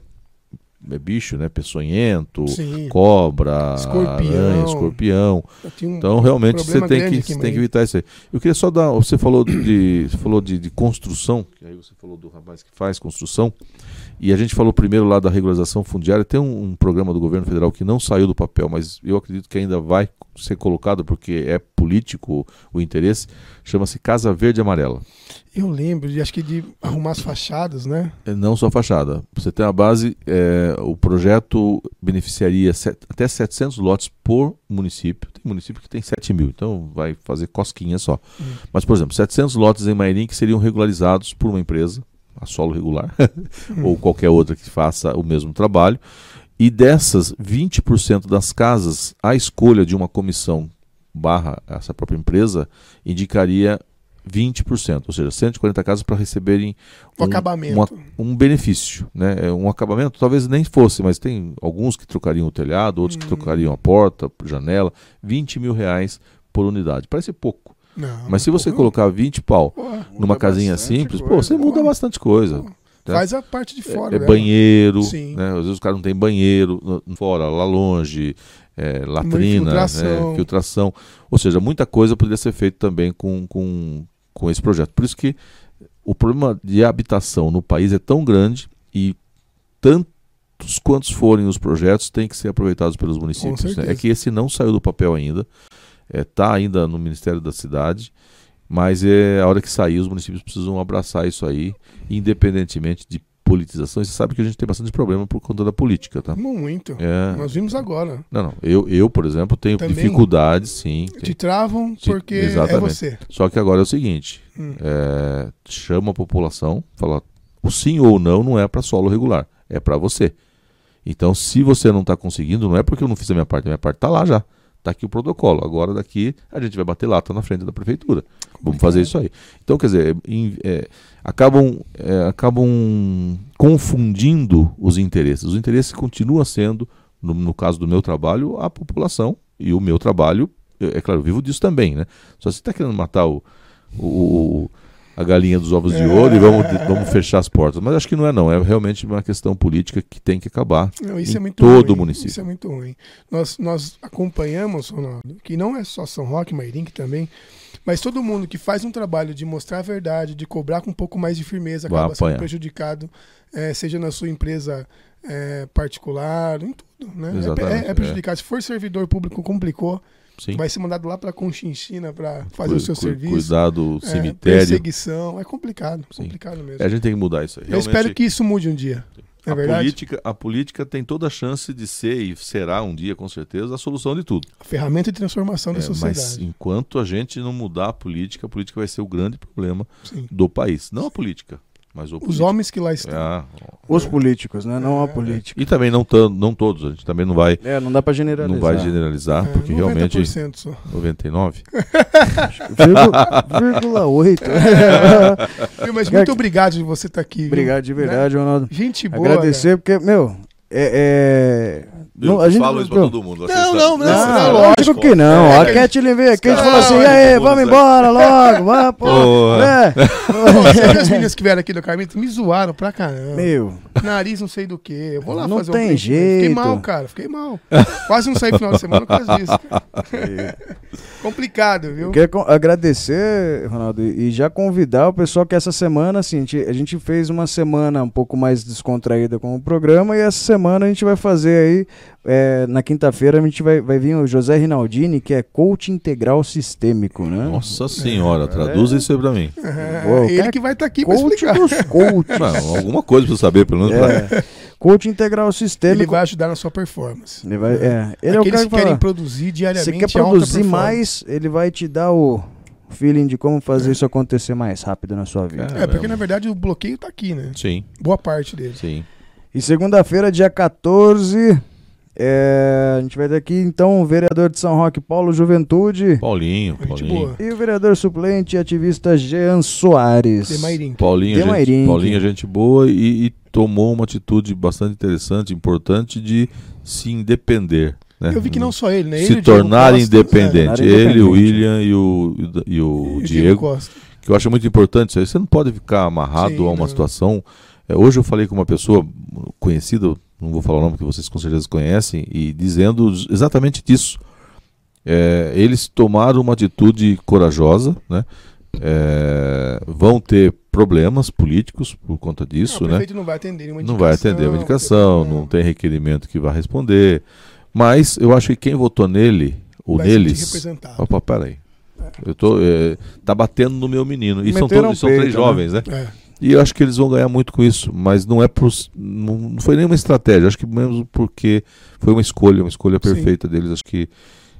é bicho, né? Peçonhento, Sim. cobra, Escorpião. aranha, escorpião. Eu tinha um Então, realmente, você problema tem grande que, aqui, você tem mãe. que evitar isso aí. Eu queria só dar. Você falou de, você falou de, de construção, que aí você falou do rapaz que faz construção, e a gente falou primeiro lá da regularização fundiária. Tem um, um programa do governo federal que não saiu do papel, mas eu acredito que ainda vai ser colocado, porque é político o interesse. Chama-se Casa Verde e Amarela. Eu lembro de, acho que de arrumar as fachadas, né? É não só fachada. Você tem a base, é, o projeto beneficiaria set- até setecentos lotes por município. Tem município que tem sete mil, então vai fazer cosquinha só. Hum. Mas, por exemplo, setecentos lotes em Mairim que seriam regularizados por uma empresa, a solo regular, Hum. ou qualquer outra que faça o mesmo trabalho. E dessas, vinte por cento das casas, a escolha de uma comissão barra essa própria empresa indicaria vinte por cento, ou seja, cento e quarenta casas para receberem O acabamento. uma- um benefício, né? É um acabamento, talvez nem fosse, mas tem alguns que trocariam o telhado, outros que Hum. trocariam a porta, janela, vinte mil reais por unidade. Parece pouco, Não, mas se você pô, colocar vinte pau pô, numa casinha bastante simples, pô, coisa. você muda bastante coisa. Tá? faz a parte de fora. É, é dela. banheiro, Sim. né? Às vezes os caras não tem banheiro no- fora, lá longe, é, latrina, infiltração. né? Filtração. Ou seja, muita coisa poderia ser feita também com, com, com esse projeto. Por isso que o problema de habitação no país é tão grande e tantos quantos forem os projetos têm que ser aproveitados pelos municípios, né? certeza. É que esse não saiu do papel ainda, está ainda no Ministério da Cidade, mas é a hora que sair os municípios precisam abraçar isso aí, independentemente de politização. E você sabe que a gente tem bastante problema por conta da política, tá? Muito. É, Nós vimos agora. não, não. Eu, eu, por exemplo, tenho Também? dificuldades, sim. Te tem- travam Sim, porque é exatamente. você. Só que agora é o seguinte: Hum. é, chama a população, fala o sim ou não não é para solo regular, é para você. Então, se você não está conseguindo, não é porque eu não fiz a minha parte, a minha parte está lá já. Está aqui o protocolo. Agora daqui a gente vai bater lata na frente da prefeitura. Vamos fazer isso aí. Então, quer dizer, em- é, acabam, é, acabam confundindo os interesses. Os interesses continuam sendo, no, no caso do meu trabalho, a população. E o meu trabalho, é, é claro, eu vivo disso também, né? Só você está querendo matar o, o- o- a galinha dos ovos de ouro e vamos, vamos fechar as portas. Mas acho que não é não. É realmente uma questão política que tem que acabar. Não, isso em é muito todo ruim. o município. Isso é muito ruim. Nós, nós acompanhamos, Ronaldo, que não é só São Roque, Mairim que também, mas todo mundo que faz um trabalho de mostrar a verdade, de cobrar com um pouco mais de firmeza, Vai acaba sendo apanhar. prejudicado, eh, seja na sua empresa eh, particular, em tudo. Né? É- Exatamente, É, é prejudicado. Se for servidor público, complicou, Sim. vai ser mandado lá para Conchinchina para fazer Cu- o seu cu- serviço. Cuidar do É, cemitério. perseguição, é complicado, Sim. complicado mesmo. É, a gente tem que mudar isso aí. Eu espero que isso mude um dia. É a verdade? política, a política tem toda a chance de ser, e será um dia com certeza, a solução de tudo. A ferramenta de transformação da É, sociedade. mas enquanto a gente não mudar a política, a política vai ser o grande problema Sim. do país. Não a política. Mas o Os político- homens que lá estão. É, Os políticos, né? Não a política. e também não, tan- não todos, a gente também não vai, É, não dá pra generalizar. não vai generalizar, É, porque noventa realmente por cento só. noventa e nove por cento. Vírgula- vírgula oito. Viu, mas muito obrigado de você estar aqui. viu? Obrigado de verdade, Ronaldo. Gente boa. Agradecer, porque, meu, é. é... Eu não, a gente falo isso pra meu, todo mundo. Não, vocês não, sabem. não, Não, não, não, lógico. lógico que não. É, a que- Kathleen veio aqui e Cara, falou assim: e aí, tudo vamos certo. embora logo, vá, pô. Porra. É. Você viu as meninas que vieram aqui do Carmito? Me zoaram pra caramba. Meu, Nariz não sei do que. Eu vou lá Não fazer tem um print. Fiquei jeito. mal, cara. Fiquei mal. Quase não saí no final de semana por causa disso. Cara. Complicado, viu? eu quero co- agradecer, Ronaldo, e e já convidar o pessoal que essa semana, assim, a gente, a gente fez uma semana um pouco mais descontraída com o programa, e essa semana a gente vai fazer aí, é, na quinta-feira, a gente vai, vai vir o José Rinaldini, que é coach integral sistêmico, né? Nossa senhora, traduza isso aí pra mim. É, Pô, o ele cara- que vai estar aqui pra Coach explicar. dos coaches. Não, alguma coisa pra eu saber, pelo menos. pra- É, coach integral Ele sistêmico. vai ajudar na sua performance. Ele vai, é, ele é o Aqueles cara que que querem fala, produzir você diariamente quer alta produzir performance. mais, ele vai te dar o feeling de como fazer isso acontecer mais rápido na sua vida. Cara. É, porque na verdade o bloqueio tá aqui, né? Sim, Boa parte dele. sim. E segunda-feira, dia quatorze, é, a gente vai ter aqui então o vereador de São Roque, Paulo Juventude, Paulinho, Gente Paulinho. boa. e o vereador suplente e ativista Jean Soares. Demairim. Paulinho, De gente, Mairink. Paulinho é gente boa e, e tomou uma atitude bastante interessante, importante de se independer. Né? Eu vi que não só ele, né? Ele, Se o Diego tornar Costa, independente. tornar Ele, independente. o William e o, e o, e é, o e o Diego, Costa. que eu acho muito importante isso aí. Você não pode ficar amarrado Sim, a uma não. situação. É, hoje eu falei com uma pessoa conhecida, não vou falar o nome que vocês com certeza conhecem, e dizendo exatamente disso. É, eles tomaram uma atitude corajosa, né? É, vão ter problemas políticos por conta disso, Ah, o né? prefeito não vai atender nenhuma Não vai atender uma indicação, tem não tem requerimento que vai responder. Mas eu acho que quem votou nele, ou vai se sentir neles. representado. Opa, peraí. Eu tô, é, tá batendo no meu menino. E são, Meteram todos, são peito, três né? jovens, né? É. E eu acho que eles vão ganhar muito com isso. Mas não é por, não, não foi nenhuma estratégia. Acho que mesmo porque foi uma escolha, uma escolha Sim. perfeita deles. Acho que.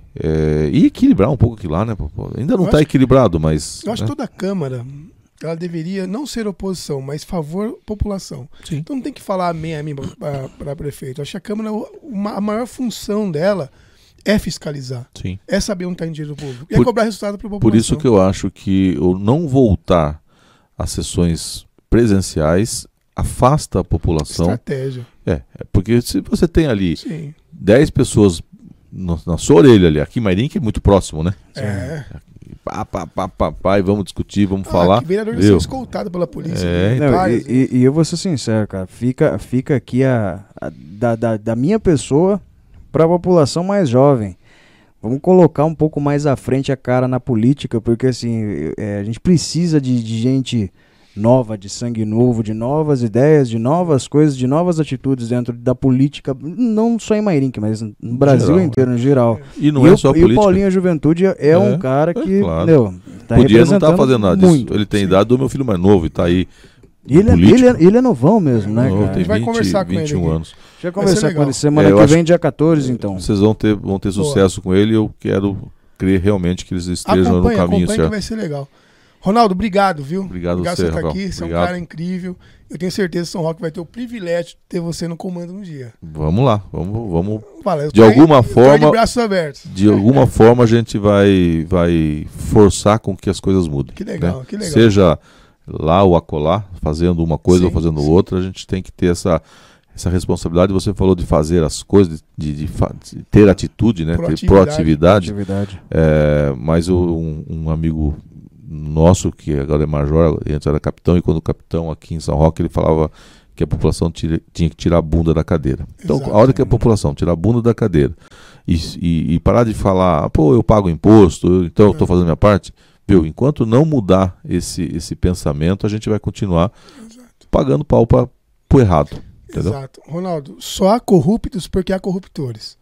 É, e equilibrar um pouco aquilo lá, né? Pô? Ainda não Eu está acho- equilibrado, mas. Eu acho né? que toda a Câmara ela deveria não ser oposição, mas favor população. Sim. Então não tem que falar amém a mim para prefeito. Eu acho que a Câmara, uma, a maior função dela é fiscalizar. Sim. É saber onde está indo dinheiro do povo. E Por- é cobrar resultado para a população. Por isso que eu acho que o não voltar às sessões presenciais afasta a população. Estratégia. É, é porque se você tem ali Sim. dez pessoas no- na sua orelha ali, aqui em Mairink é muito próximo, né? É. Pá, pá, pá, pá, pá, e vamos discutir, vamos Ah, falar. que vereador vai viu? ser escoltado pela polícia. É, né? Não, Vários, e, e- e eu vou ser sincero, cara. Fica, fica aqui a, a- da, da, da minha pessoa para a população mais jovem. Vamos colocar um pouco mais à frente a cara na política, porque assim, é, a gente precisa de, de gente nova, de sangue novo, de novas ideias, de novas coisas, de novas atitudes dentro da política, não só em Mairink, mas no Brasil geral, inteiro, no geral. E não e é o, só e o política. Paulinho Juventude é, É, um cara é que, claro. meu, tá Podia não estar representando fazendo nada disso. muito. Ele tem idade do meu filho mais novo e tá aí. E ele, é- político. ele, é, ele é novão mesmo, né, novo, cara? tem vai vinte, conversar com ele vinte e um aqui. anos. Deixa eu Vai ser conversar com legal. ele semana É, eu que acho- vem, dia quatorze, então. Vocês vão ter, vão ter Boa. sucesso com ele e eu quero crer realmente que eles estejam Acompanha, no caminho acompanha que certo. vai ser legal. Ronaldo, obrigado, viu? Obrigado obrigado você, por estar Rafael. aqui. Você é um Obrigado. cara incrível. Eu tenho certeza que São Roque vai ter o privilégio de ter você no comando um dia. Vamos lá, vamos, vamos. Fala, eu De tô aí- alguma eu tô aí forma- de braços abertos. De alguma forma a gente vai, vai forçar com que as coisas mudem. Que legal, né? que legal. Seja lá ou acolá, fazendo uma coisa Sim, ou fazendo sim. outra, a gente tem que ter essa, essa responsabilidade. Você falou de fazer as coisas, de, de fa- de ter atitude, né? Ter Proatividade. proatividade. Atividade. É, mas o- um, um amigo nosso, que agora é major, antes era capitão, e quando capitão aqui em São Roque, ele falava que a população tira- tinha que tirar a bunda da cadeira. Então, Exato. a hora que a população tirar a bunda da cadeira e, e- e parar de falar, pô, eu pago imposto, eu- então eu estou fazendo minha parte, viu? Enquanto não mudar esse, esse pensamento, a gente vai continuar Exato. pagando pau para o errado. Entendeu? Exato. Ronaldo, só há corruptos porque há corruptores.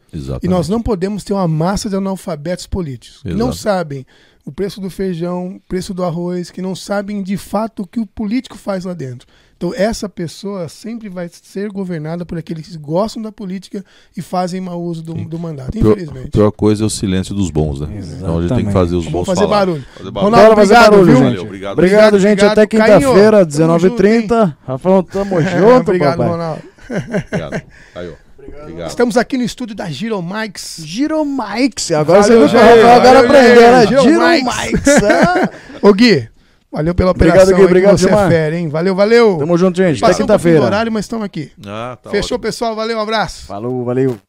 Exatamente. E nós não podemos ter uma massa de analfabetos políticos que não Exato. sabem o preço do feijão, o preço do arroz, que não sabem de fato o que o político faz lá dentro. Então essa pessoa sempre vai ser governada por aqueles que gostam da política e fazem mau uso do, do mandato, Pior, infelizmente. pior coisa é o silêncio dos bons, né? Exatamente. Então a gente tem que fazer os bons Vamos fazer falar. barulho. Fazer barulho. Ronaldo, Bora fazer obrigado, barulho, viu? gente. Valeu, obrigado. Obrigado, Obrigado, gente. obrigado. Até quinta-feira, Cainho, dezenove e tamo trinta. Rafael, tamo junto, Obrigado, papai. Ronaldo. Obrigado. Aí, ó. Obrigado. Estamos aqui no estúdio da Giro Mikes. Giro Mikes. Agora Valeu, você Jair. vai agora Valeu, aprender, Jair. né? Giro Giro Mikes. Mikes. ah. Ô Gui, valeu pela Obrigado, operação. Gui, aí, obrigado, que você Gilmar. é fera, hein? Valeu, valeu. Tamo junto, gente. Até Passamos um pouquinho do quinta-feira. horário, mas estamos aqui. Ah, tá Fechou, ótimo. pessoal. Valeu, um abraço. Falou, valeu.